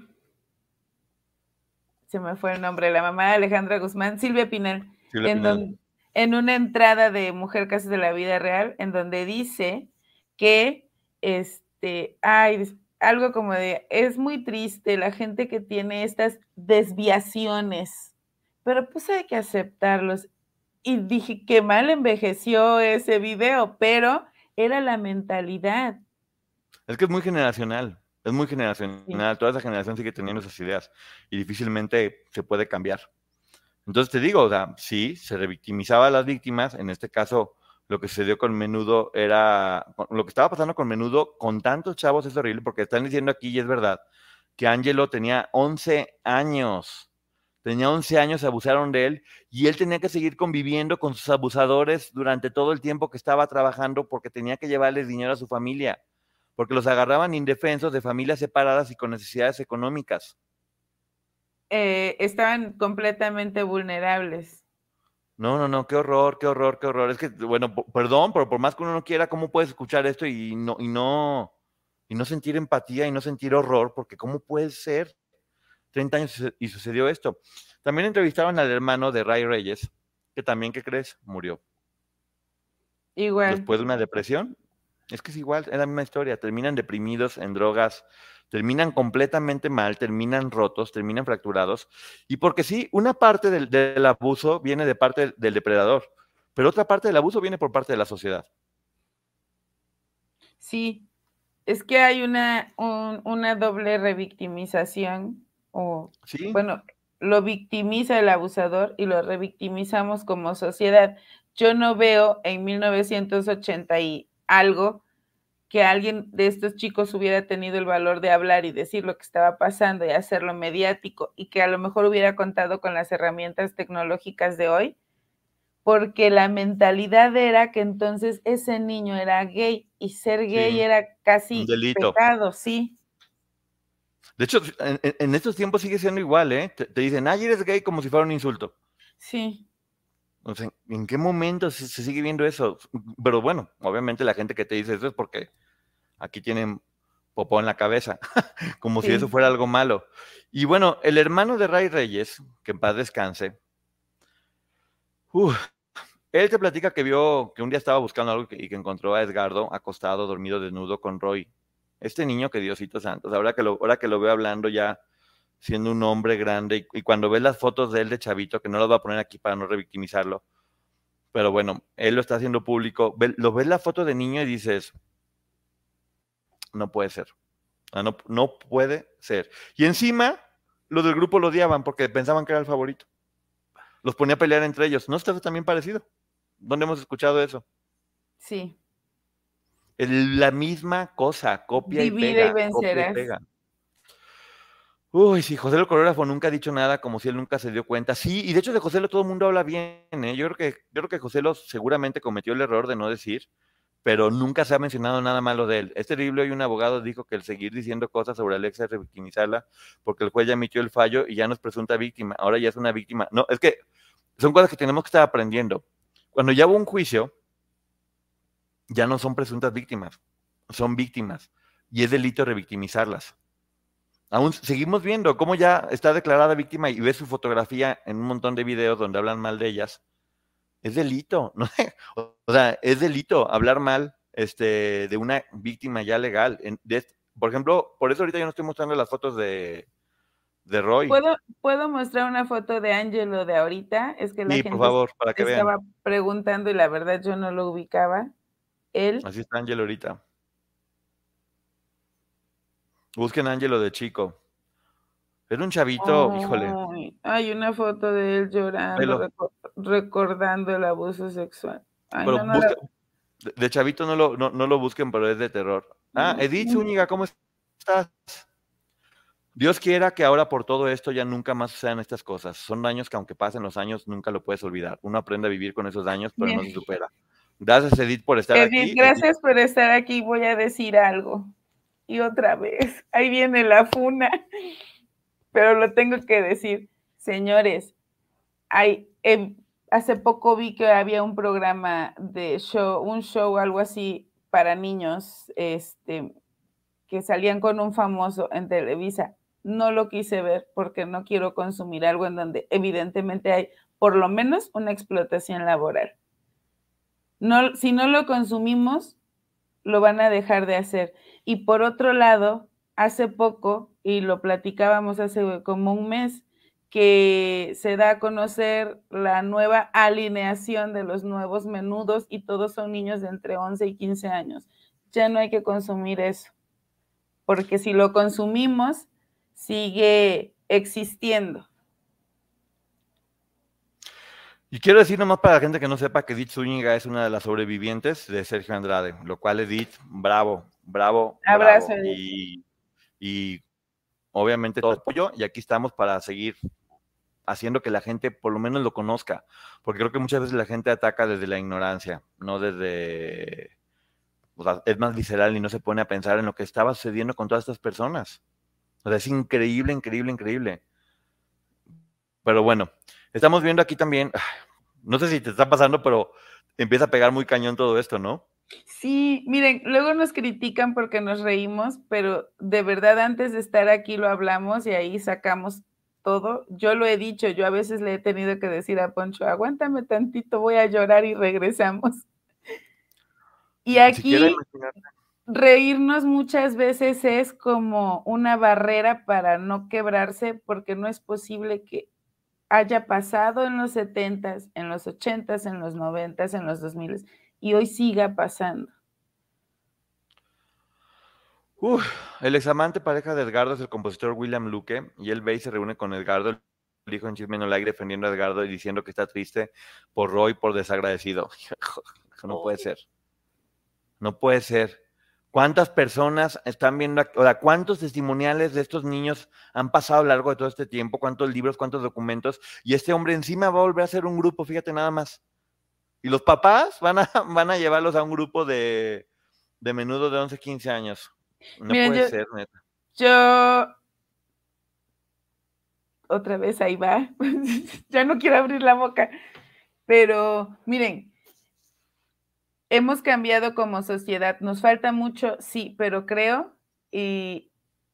se me fue el nombre, la mamá de Alejandra Guzmán, Silvia Pinal, Silvia en, Pinal. Donde, en una entrada de Mujer Casos de la Vida Real, en donde dice que, este, ay, algo como de, es muy triste la gente que tiene estas desviaciones, pero pues hay que aceptarlos. Y dije, qué mal envejeció ese video, pero era la mentalidad. Es que es muy generacional, es muy generacional. Sí. Toda esa generación sigue teniendo esas ideas y difícilmente se puede cambiar. Entonces te digo, o sea, sí, se revictimizaba a las víctimas. En este caso, lo que sucedió con Menudo era, lo que estaba pasando con Menudo con tantos chavos es horrible, porque están diciendo aquí, y es verdad, que Angelo tenía once años. Tenía once años, abusaron de él y él tenía que seguir conviviendo con sus abusadores durante todo el tiempo que estaba trabajando porque tenía que llevarles dinero a su familia, porque los agarraban indefensos de familias separadas y con necesidades económicas. Eh, estaban completamente vulnerables. No, no, no, qué horror, qué horror, qué horror. Es que, bueno, p- perdón, pero por más que uno no quiera, ¿cómo puedes escuchar esto y no, y no, y no sentir empatía y no sentir horror? Porque ¿cómo puede ser? treinta años y y sucedió esto. También entrevistaron al hermano de Ray Reyes, que también, ¿qué crees? Murió. Igual. Después de una depresión. Es que es igual, es la misma historia. Terminan deprimidos en drogas, terminan completamente mal, terminan rotos, terminan fracturados. Y porque sí, una parte del, del abuso viene de parte del depredador, pero otra parte del abuso viene por parte de la sociedad. Sí, es que hay una, un- una doble revictimización, o Sí, bueno, lo victimiza el abusador y lo revictimizamos como sociedad. Yo no veo en mil novecientos ochenta y algo que alguien de estos chicos hubiera tenido el valor de hablar y decir lo que estaba pasando y hacerlo mediático, y que a lo mejor hubiera contado con las herramientas tecnológicas de hoy, porque la mentalidad era que entonces ese niño era gay y ser gay sí, era un casi delito. pecado, sí. De hecho, en, en estos tiempos sigue siendo igual, ¿eh? Te, te dicen, ay, eres gay como si fuera un insulto. Sí. O sea, ¿en qué momento se, se sigue viendo eso? Pero bueno, obviamente la gente que te dice eso es porque aquí tienen popó en la cabeza, como si eso Sí. fuera algo malo. Y bueno, el hermano de Ray Reyes, que en paz descanse, uf, él te platica que vio que un día estaba buscando algo y que encontró a Edgardo acostado, dormido, desnudo con Roy. Este niño que Diosito Santos, ahora que lo, ahora que lo veo hablando ya siendo un hombre grande y, y cuando ves las fotos de él de chavito, que no las voy a poner aquí para no revictimizarlo, pero bueno, él lo está haciendo público, ve, lo ves la foto de niño y dices, no puede ser. No, no puede ser. Y encima, los del grupo lo odiaban porque pensaban que era el favorito. Los ponía a pelear entre ellos. ¿No está también parecido? ¿Dónde hemos escuchado eso? Sí. El, la misma cosa, copia y Divide y pega, copia y vencerás. pega. Uy, sí, José el coreógrafo nunca ha dicho nada como si él nunca se dio cuenta. Sí, y de hecho de José todo el mundo habla bien, ¿eh? Yo creo que, yo creo que José seguramente cometió el error de no decir, pero nunca se ha mencionado nada malo de él. Es terrible, hoy un abogado dijo que el seguir diciendo cosas sobre Alexa es revictimizarla, porque el juez ya emitió el fallo y ya no es presunta víctima, ahora ya es una víctima. No, es que son cosas que tenemos que estar aprendiendo. Cuando ya hubo un juicio, ya no son presuntas víctimas, son víctimas, y es delito revictimizarlas. Aún seguimos viendo cómo ya está declarada víctima y ves su fotografía en un montón de videos donde hablan mal de ellas. Es delito, ¿no? O sea, es delito hablar mal este, de una víctima ya legal. En, de, por ejemplo, por eso ahorita yo no estoy mostrando las fotos de, de Roy. ¿Puedo, ¿Puedo mostrar una foto de Angelo de ahorita? Es que la Sí, por gente favor, para que vean. estaba preguntando y la verdad yo no lo ubicaba. Él. Así está Ángelo ahorita. Busquen a Ángelo de chico. Era un chavito, híjole, Ay, hay una foto de él llorando, pelo. reco- recordando el abuso sexual. Ay, Pero no, no la... busca, de, de chavito no lo, no, no lo busquen, pero es de terror. Ah, Edith Mm, Zúñiga, ¿cómo estás? Dios quiera que ahora por todo esto ya nunca más sean estas cosas. Son daños que aunque pasen los años nunca lo puedes olvidar. Uno aprende a vivir con esos daños, pero no bien. se supera. Gracias, Edith, por estar Edith, aquí. Edith, gracias por estar aquí. Voy a decir algo. Y otra vez, ahí viene la funa, pero lo tengo que decir. Señores, hay, eh, hace poco vi que había un programa de show, un show, algo así para niños, este, que salían con un famoso en Televisa. No lo quise ver porque no quiero consumir algo en donde evidentemente hay por lo menos una explotación laboral. No, si no lo consumimos, lo van a dejar de hacer. Y por otro lado, hace poco, y lo platicábamos hace como un mes, que se da a conocer la nueva alineación de los nuevos menudos y todos son niños de entre once y quince años. Ya no hay que consumir eso, porque si lo consumimos, sigue existiendo. Y quiero decir nomás para la gente que no sepa que Edith Zúñiga es una de las sobrevivientes de Sergio Andrade, lo cual Edith, bravo, bravo, Abrazo, bravo. Edith. Y, y obviamente todo apoyo, y aquí estamos para seguir haciendo que la gente por lo menos lo conozca, porque creo que muchas veces la gente ataca desde la ignorancia, no desde... O sea, es más visceral y no se pone a pensar en lo que estaba sucediendo con todas estas personas. O sea, es increíble, increíble, increíble. Pero bueno, estamos viendo aquí también, no sé si te está pasando, pero empieza a pegar muy cañón todo esto, ¿no? Sí, miren, luego nos critican porque nos reímos, pero de verdad antes de estar aquí lo hablamos y ahí sacamos todo. Yo lo he dicho, yo a veces le he tenido que decir a Poncho, aguántame tantito, voy a llorar y regresamos. Y aquí reírnos muchas veces es como una barrera para no quebrarse, porque no es posible que haya pasado en los setentas, en los ochentas, en los noventas, en los dos miles, y hoy siga pasando. Uf, el examante pareja de Edgardo es el compositor William Luque, y él ve y se reúne con Edgardo, el hijo en Chisme en el Aire, defendiendo a Edgardo y diciendo que está triste por Roy, por desagradecido. No puede ser. No puede ser. ¿Cuántas personas están viendo, o sea, cuántos testimoniales de estos niños han pasado a lo largo de todo este tiempo? ¿Cuántos libros, cuántos documentos? Y este hombre encima va a volver a hacer un grupo, fíjate nada más. Y los papás van a, van a llevarlos a un grupo de, de menudo de once, quince años. No Miren, puede yo, ser, neta. Yo... Otra vez ahí va. Ya no quiero abrir la boca. Pero, miren, hemos cambiado como sociedad. Nos falta mucho, sí, pero creo y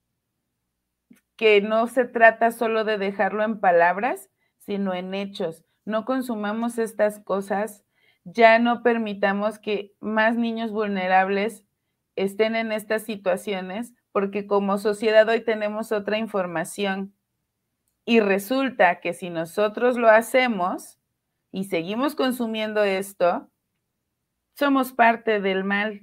que no se trata solo de dejarlo en palabras, sino en hechos. No consumamos estas cosas, ya no permitamos que más niños vulnerables estén en estas situaciones, porque como sociedad hoy tenemos otra información. Y resulta que si nosotros lo hacemos y seguimos consumiendo esto, somos parte del mal.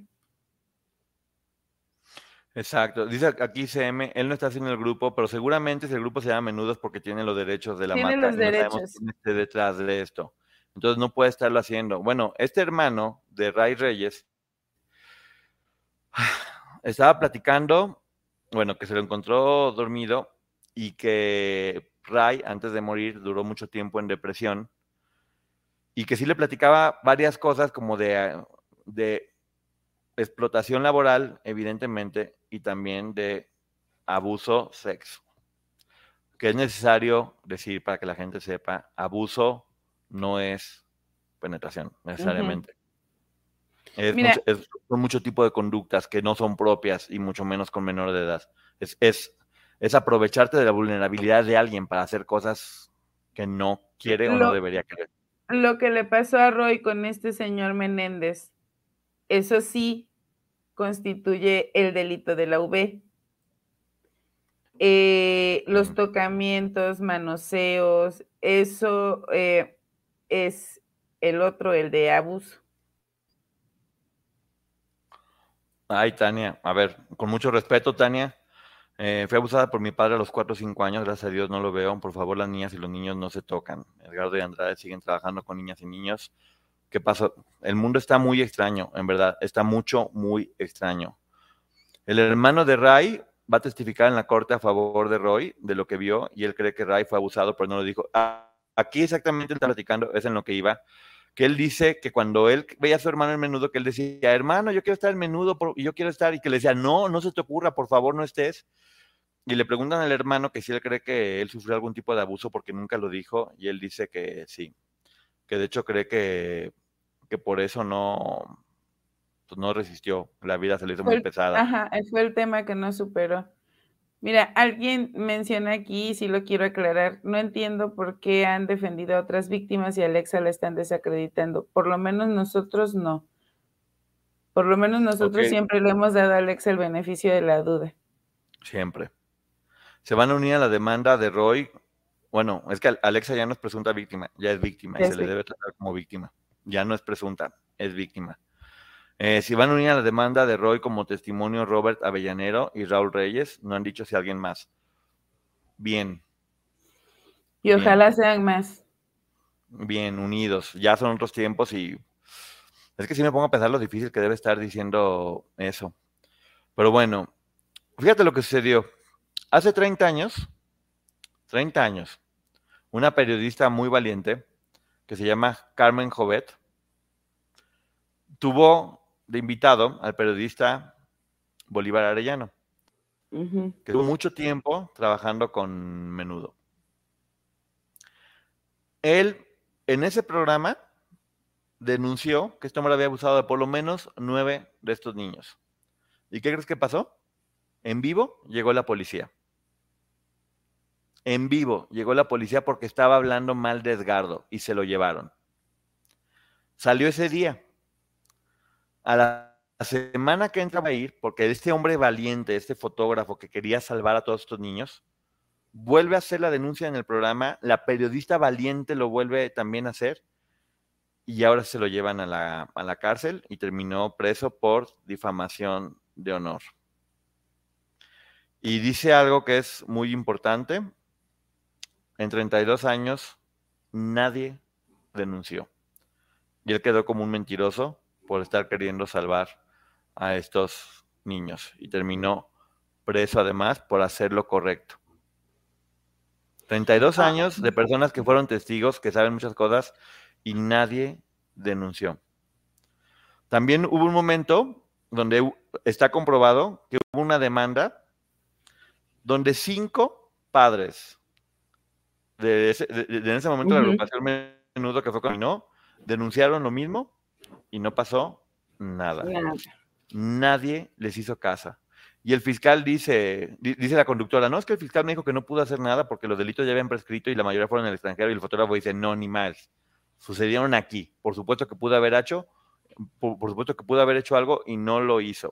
Exacto. Dice aquí C M, él no está haciendo el grupo, pero seguramente si el grupo se llama Menudos porque tiene los derechos de la tiene marca. Los y no derechos. sabemos quién esté detrás de esto. Entonces no puede estarlo haciendo. Bueno, este hermano de Ray Reyes estaba platicando, bueno, que se lo encontró dormido y que Ray, antes de morir, duró mucho tiempo en depresión y que sí le platicaba varias cosas como de, de explotación laboral, evidentemente, y también de abuso sexo. Que es necesario decir para que la gente sepa, abuso no es penetración, necesariamente. Uh-huh. Es Mira, mucho, es, son muchos tipos de conductas que no son propias y mucho menos con menor de edad. Es, es, es aprovecharte de la vulnerabilidad de alguien para hacer cosas que no quiere o lo, no debería querer. Lo que le pasó a Roy con este señor Menéndez, eso sí constituye el delito de la U V. Eh, los tocamientos, manoseos, eso eh, es el otro, el de abuso. Ay, Tania, a ver, con mucho respeto, Tania, eh, fui abusada por mi padre a los cuatro o cinco años, gracias a Dios no lo veo, por favor las niñas y los niños no se tocan. Edgardo y Andrade siguen trabajando con niñas y niños. ¿Qué pasó? El mundo está muy extraño, en verdad, está mucho, muy extraño. El hermano de Ray va a testificar en la corte a favor de Roy, de lo que vio, y él cree que Ray fue abusado, pero no lo dijo. Ah, aquí exactamente está platicando, es en lo que iba, que él dice que cuando él veía a su hermano en Menudo, que él decía, hermano, yo quiero estar en Menudo, por, y yo quiero estar, y que le decía, no, no se te ocurra, por favor, no estés. Y le preguntan al hermano que si él cree que él sufrió algún tipo de abuso porque nunca lo dijo, y él dice que sí, que de hecho cree que, que por eso no, pues no resistió, la vida se le hizo fue muy el, pesada. Ajá, fue el tema que no superó. Mira, alguien menciona aquí, y sí lo quiero aclarar, no entiendo por qué han defendido a otras víctimas y a Alexa la están desacreditando. Por lo menos nosotros no. Por lo menos nosotros okay. siempre le hemos dado a Alexa el beneficio de la duda. Siempre. Se van a unir a la demanda de Roy, Bueno, es que Alexa ya no es presunta víctima, ya es víctima y Ya se le sé. debe tratar como víctima. Ya no es presunta, es víctima. Eh, si van a unir a la demanda de Roy como testimonio Robert Avellanero y Raúl Reyes, no han dicho si alguien más. Bien. Y bien, ojalá sean más. Bien, unidos. Ya son otros tiempos y es que sí me pongo a pensar lo difícil que debe estar diciendo eso. Pero bueno, fíjate lo que sucedió. Hace treinta años, treinta años, una periodista muy valiente que se llama Carmen Jovet tuvo de invitado al periodista Bolívar Arellano, Uh-huh. que tuvo mucho tiempo trabajando con Menudo. Él, en ese programa, denunció que este hombre había abusado de por lo menos nueve de estos niños. ¿Y qué crees que pasó? En vivo llegó la policía. En vivo llegó la policía porque estaba hablando mal de Edgardo y se lo llevaron. Salió ese día. A la semana que entraba a ir, porque este hombre valiente, este fotógrafo que quería salvar a todos estos niños, vuelve a hacer la denuncia en el programa, la periodista valiente lo vuelve también a hacer y ahora se lo llevan a la, a la cárcel y terminó preso por difamación de honor. Y dice algo que es muy importante. En treinta y dos años nadie denunció. Y él quedó como un mentiroso por estar queriendo salvar a estos niños. Y terminó preso además por hacer lo correcto. treinta y dos años de personas que fueron testigos, que saben muchas cosas, y nadie denunció. También hubo un momento donde está comprobado que hubo una demanda donde cinco padres de, ese, de, de en ese momento uh-huh. la agrupación Menudo que fue Caminó, denunciaron lo mismo y no pasó nada. Nada. Nadie les hizo caso. Y el fiscal dice, dice la conductora, no, es que el fiscal me dijo que no pudo hacer nada porque los delitos ya habían prescrito y la mayoría fueron en el extranjero, y el fotógrafo dice, no, ni más, sucedieron aquí. Por supuesto que pudo haber hecho, por, por supuesto que pudo haber hecho algo y no lo hizo.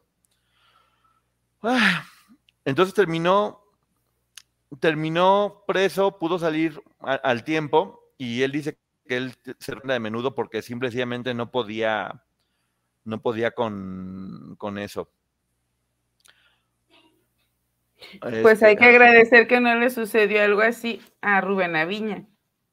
Ah, entonces terminó, terminó preso, pudo salir a, al tiempo, y él dice que él se renda de Menudo porque simple y sencillamente no podía, no podía con, con eso. Pues este, hay que agradecer que no le sucedió algo así a Rubén Aviña.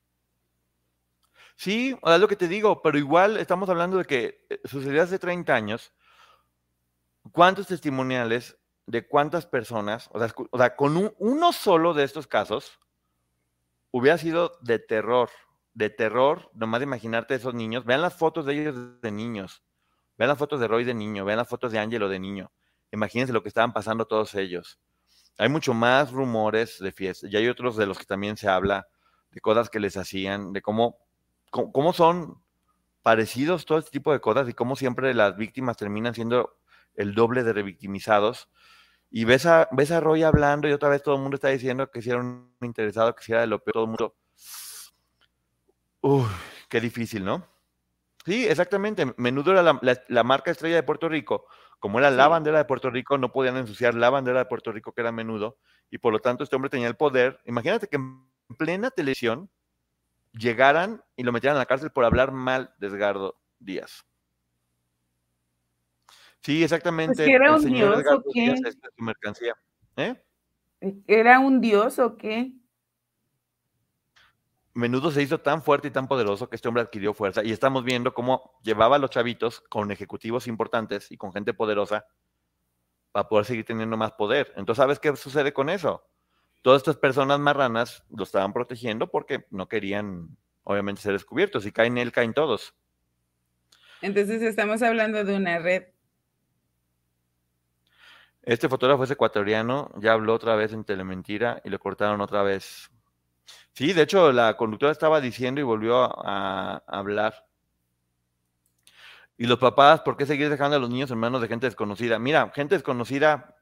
Sí, es lo que te digo, pero igual estamos hablando de que sucedió hace treinta años. ¿Cuántos testimoniales de cuántas personas, o sea, o sea con un, uno solo de estos casos, hubiera sido de terror, de terror, nomás de imaginarte esos niños? Vean las fotos de ellos de niños, vean las fotos de Roy de niño, vean las fotos de Angelo de niño, imagínense lo que estaban pasando todos ellos. Hay mucho más rumores de fiesta, y hay otros de los que también se habla, de cosas que les hacían, de cómo, cómo, cómo son parecidos todo este tipo de cosas, y cómo siempre las víctimas terminan siendo el doble de revictimizados. Y ves a, ves a Roy hablando y otra vez todo el mundo está diciendo que si era un interesado, que si era de lo peor, todo el mundo. Uy, qué difícil, ¿no? Sí, exactamente. Menudo era la, la, la marca estrella de Puerto Rico. Como era sí. la bandera de Puerto Rico, no podían ensuciar la bandera de Puerto Rico, que era Menudo, y por lo tanto este hombre tenía el poder. Imagínate que en plena televisión llegaran y lo metieran a la cárcel por hablar mal de Edgardo Díaz. Sí, exactamente. Pues que era el un señor dios Edgardo o qué. Díaz es su mercancía. ¿Eh? ¿Era un dios o qué? Menudo se hizo tan fuerte y tan poderoso que este hombre adquirió fuerza, y estamos viendo cómo llevaba a los chavitos con ejecutivos importantes y con gente poderosa para poder seguir teniendo más poder. Entonces, ¿sabes qué sucede con eso? Todas estas personas marranas lo estaban protegiendo porque no querían, obviamente, ser descubiertos. Si caen él, caen todos. Entonces estamos hablando de una red. Este fotógrafo es ecuatoriano, ya habló otra vez en Telementira y lo cortaron otra vez. Sí, de hecho, la conductora estaba diciendo y volvió a, a hablar. Y los papás, ¿por qué seguir dejando a los niños en manos de gente desconocida? Mira, gente desconocida,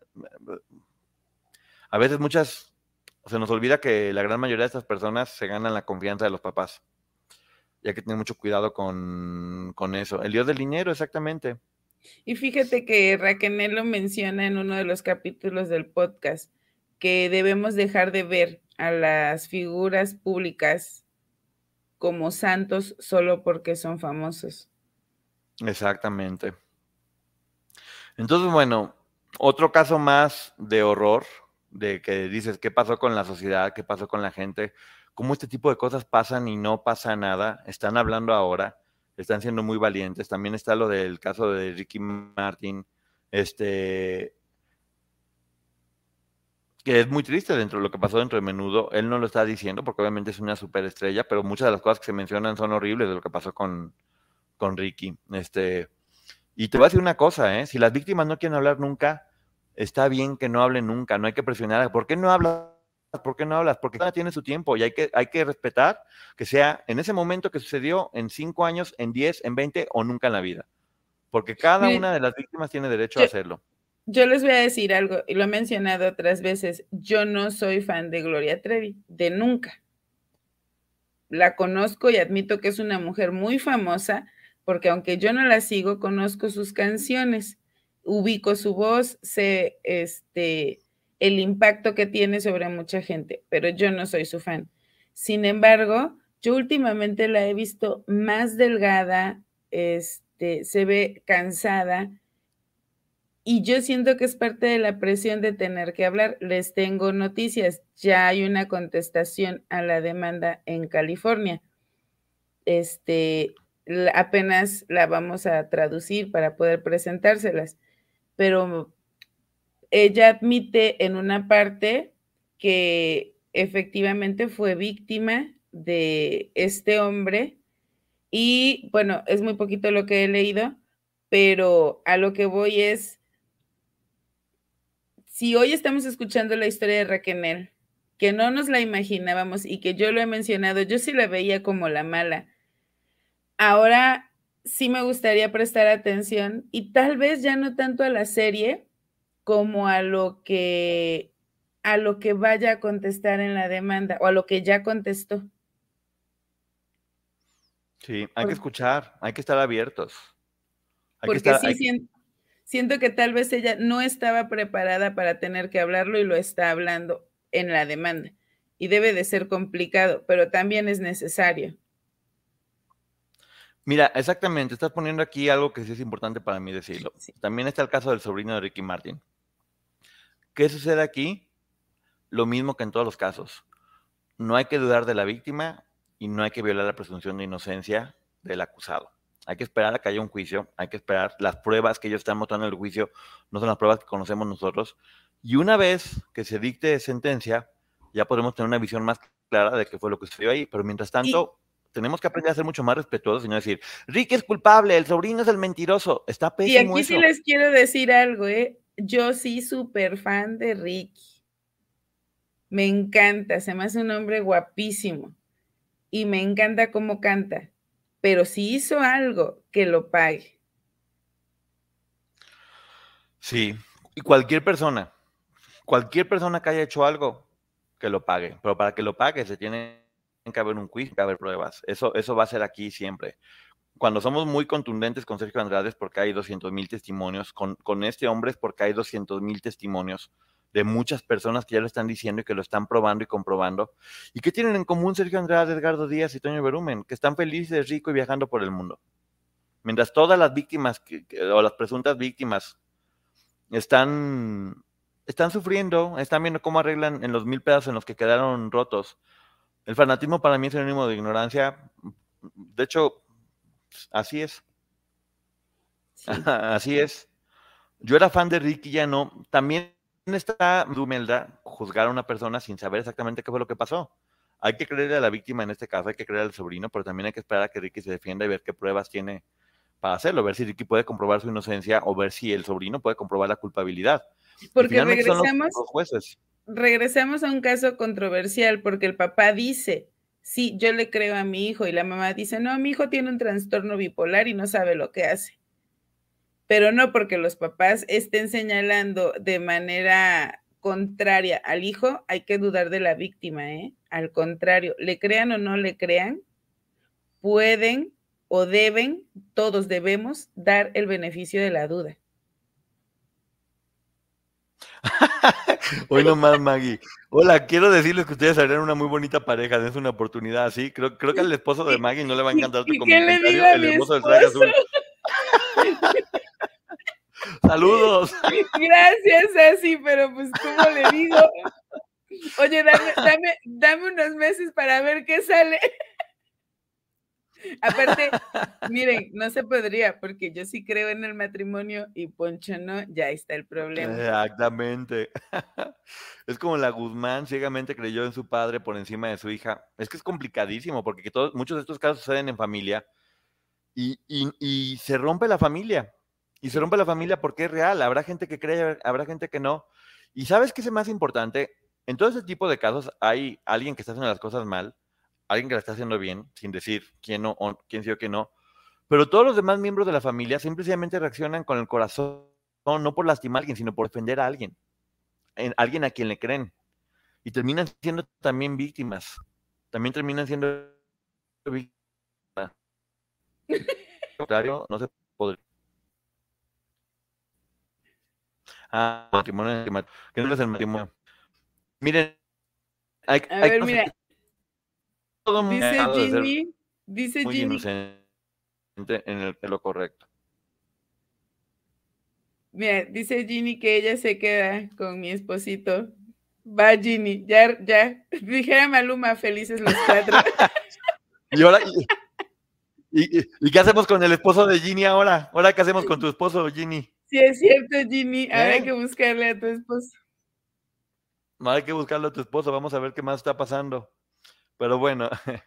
a veces muchas, se nos olvida que la gran mayoría de estas personas se ganan la confianza de los papás. Y hay que tener mucho cuidado con, con eso. El dios del dinero, exactamente. Y fíjate que Raquel lo menciona en uno de los capítulos del podcast, que debemos dejar de ver a las figuras públicas como santos solo porque son famosos. Exactamente. Entonces, bueno, otro caso más de horror, de que dices, ¿qué pasó con la sociedad? ¿Qué pasó con la gente? ¿Cómo este tipo de cosas pasan y no pasa nada? Están hablando ahora, están siendo muy valientes. También está lo del caso de Ricky Martin, este, que es muy triste dentro de lo que pasó dentro de Menudo. Él no lo está diciendo porque obviamente es una superestrella, pero muchas de las cosas que se mencionan son horribles de lo que pasó con, con Ricky. Este, y te voy a decir una cosa, ¿eh? Si las víctimas no quieren hablar nunca, está bien que no hablen nunca, no hay que presionar. ¿Por qué no hablas? ¿Por qué no hablas? Porque cada tiene su tiempo y hay que, hay que respetar que sea en ese momento que sucedió, en cinco años, en diez, en veinte o nunca en la vida. Porque cada Miren, una de las víctimas tiene derecho yo, a hacerlo. Yo les voy a decir algo, y lo he mencionado otras veces, yo no soy fan de Gloria Trevi, de nunca. La conozco y admito que es una mujer muy famosa, porque aunque yo no la sigo, conozco sus canciones, ubico su voz, sé este, el impacto que tiene sobre mucha gente, pero yo no soy su fan. Sin embargo, yo últimamente la he visto más delgada, este, se ve cansada, y yo siento que es parte de la presión de tener que hablar. Les tengo noticias. Ya hay una contestación a la demanda en California. Este, la, apenas la vamos a traducir para poder presentárselas. Pero ella admite en una parte que efectivamente fue víctima de este hombre. Y bueno, es muy poquito lo que he leído, pero a lo que voy es, si hoy estamos escuchando la historia de Raquel, que no nos la imaginábamos y que yo lo he mencionado, yo sí la veía como la mala. Ahora sí me gustaría prestar atención y tal vez ya no tanto a la serie como a lo que a lo que vaya a contestar en la demanda o a lo que ya contestó. Sí, hay que escuchar, hay que estar abiertos. Hay que Porque estar, sí hay... siento, siento que tal vez ella no estaba preparada para tener que hablarlo y lo está hablando en la demanda. Y debe de ser complicado, pero también es necesario. Mira, exactamente, estás poniendo aquí algo que sí es importante para mí decirlo. Sí. También está el caso del sobrino de Ricky Martin. ¿Qué sucede aquí? Lo mismo que en todos los casos. No hay que dudar de la víctima y no hay que violar la presunción de inocencia del acusado. Hay que esperar a que haya un juicio, hay que esperar. Las pruebas que ellos están mostrando en el juicio no son las pruebas que conocemos nosotros. Y una vez que se dicte sentencia, ya podemos tener una visión más clara de qué fue lo que sucedió ahí. Pero mientras tanto, y, tenemos que aprender a ser mucho más respetuosos y no decir, Ricky es culpable, el sobrino es el mentiroso. Está pésimo eso. Y aquí eso. sí les quiero decir algo, ¿eh? Yo sí súper fan de Ricky. Me encanta, se me hace un hombre guapísimo. Y me encanta cómo canta. Pero si hizo algo, que lo pague. Sí, y cualquier persona, cualquier persona que haya hecho algo, que lo pague. Pero para que lo pague se tiene que haber un juicio, que haber pruebas. Eso, eso va a ser aquí siempre. Cuando somos muy contundentes con Sergio Andrade es porque hay doscientos mil testimonios. Con, con este hombre es porque hay doscientos mil testimonios de muchas personas que ya lo están diciendo y que lo están probando y comprobando. ¿Y qué tienen en común Sergio Andrade, Edgardo Díaz y Toño Berumen? Que están felices, ricos y viajando por el mundo. Mientras todas las víctimas que, que, o las presuntas víctimas están, están sufriendo, están viendo cómo arreglan en los mil pedazos en los que quedaron rotos. El fanatismo para mí es sinónimo de ignorancia. De hecho, así es. Sí. Así es. Yo era fan de Ricky, ya no. También está de humildad juzgar a una persona sin saber exactamente qué fue lo que pasó. Hay que creerle a la víctima en este caso, hay que creerle al sobrino, pero también hay que esperar a que Ricky se defienda y ver qué pruebas tiene para hacerlo, ver si Ricky puede comprobar su inocencia o ver si el sobrino puede comprobar la culpabilidad. Porque regresamos, los, los jueces. regresamos a un caso controversial, porque el papá dice, sí, yo le creo a mi hijo, y la mamá dice, no, mi hijo tiene un trastorno bipolar y no sabe lo que hace. Pero no porque los papás estén señalando de manera contraria al hijo, hay que dudar de la víctima, ¿eh? Al contrario, le crean o no le crean, pueden o deben, todos debemos dar el beneficio de la duda. Hoy nomás, Maggie. Hola, quiero decirles que ustedes serían una muy bonita pareja, dense una oportunidad, ¿sí? Creo, creo que al esposo de Maggie no le va a encantar tu ¿Y qué le digo comentario, a el mi hermoso del traje esposo? azul. ¡Saludos! Gracias, Ceci, pero pues, ¿cómo le digo? Oye, dame, dame, dame unos meses para ver qué sale. Aparte, miren, no se podría, porque yo sí creo en el matrimonio y Poncho no, ya está el problema. Exactamente. Es como la Guzmán ciegamente creyó en su padre por encima de su hija. Es que es complicadísimo, porque que todos, muchos de estos casos suceden en familia y, y, y se rompe la familia. Y se rompe la familia porque es real. Habrá gente que cree, habrá gente que no. Y ¿sabes qué es más importante? En todo ese tipo de casos hay alguien que está haciendo las cosas mal, alguien que la está haciendo bien, sin decir quién no, o quién sí o quién no. Pero todos los demás miembros de la familia simplemente reaccionan con el corazón, no por lastimar a alguien, sino por defender a alguien, a alguien a quien le creen. Y terminan siendo también víctimas. También terminan siendo víctimas. Contrario, no se podría. Ah, matrimonio, que no es el matrimonio. Miren, hay, A hay ver, cosas mira, que todo mundo ha dice dejado de ser Ginny, dice muy Ginny, inocente en, el, en lo correcto. mira, dice Ginny que ella se queda con mi esposito. Va, Ginny, ya, ya. Dijera Maluma, felices los cuatro. Y ahora, y, y, ¿y qué hacemos con el esposo de Ginny ahora? ¿Ahora qué hacemos con tu esposo, Ginny? Sí, es cierto, Ginny. Ahora ¿Eh? hay que buscarle a tu esposo. No hay que buscarlo a tu esposo, vamos a ver qué más está pasando. Pero bueno,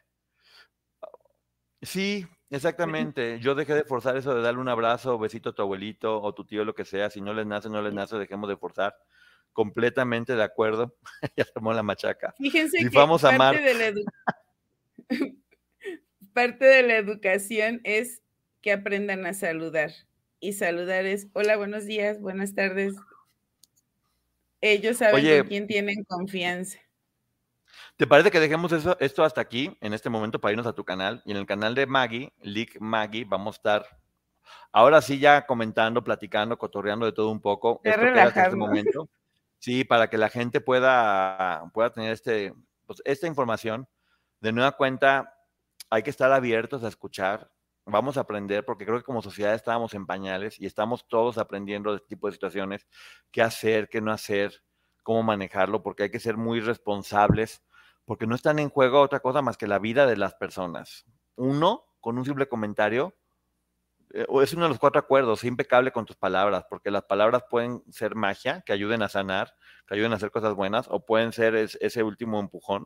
sí, exactamente. Yo dejé de forzar eso de darle un abrazo, besito a tu abuelito o tu tío, lo que sea. Si no les nace, no les nace, dejemos de forzar. Completamente de acuerdo. Ya tomó la machaca. Fíjense Si que vamos a parte amar. de la edu- parte de la educación es que aprendan a saludar. Y saludar es, hola, buenos días, buenas tardes. Ellos saben Oye, con quién tienen confianza. ¿te parece que dejemos eso, esto hasta aquí, en este momento, para irnos a tu canal? Y en el canal de Maggie, Leak Maggie, vamos a estar ahora sí ya comentando, platicando, cotorreando de todo un poco. De Esto queda hasta este relajarnos. momento. Sí, para que la gente pueda, pueda tener este, pues, esta información. De nueva cuenta, hay que estar abiertos a escuchar. Vamos a aprender, porque creo que como sociedad estábamos en pañales y estamos todos aprendiendo de este tipo de situaciones, qué hacer, qué no hacer, cómo manejarlo, porque hay que ser muy responsables, porque no están en juego otra cosa más que la vida de las personas. Uno, con un simple comentario, eh, es uno de los cuatro acuerdos, sé impecable con tus palabras, porque las palabras pueden ser magia, que ayuden a sanar, que ayuden a hacer cosas buenas, o pueden ser es, ese último empujón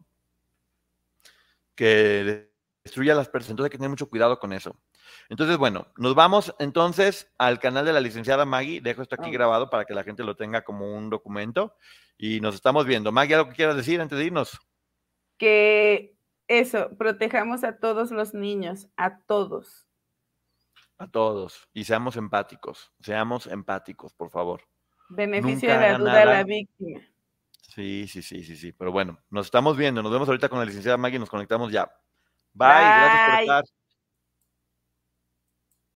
que destruye a las personas. Entonces hay que tener mucho cuidado con eso. Entonces, bueno, nos vamos entonces al canal de la licenciada Maggie. Dejo esto aquí Oh. grabado para que la gente lo tenga como un documento. Y nos estamos viendo. Maggie, ¿algo que quieras decir antes de irnos? Que eso, protejamos a todos los niños, a todos. A todos. Y seamos empáticos. Seamos empáticos, por favor. Beneficio Nunca de la hagan duda a nada. la víctima. Sí, sí, sí, sí, sí. Pero bueno, nos estamos viendo. Nos vemos ahorita con la licenciada Maggie. Nos conectamos ya. Bye. Bye. Gracias por estar.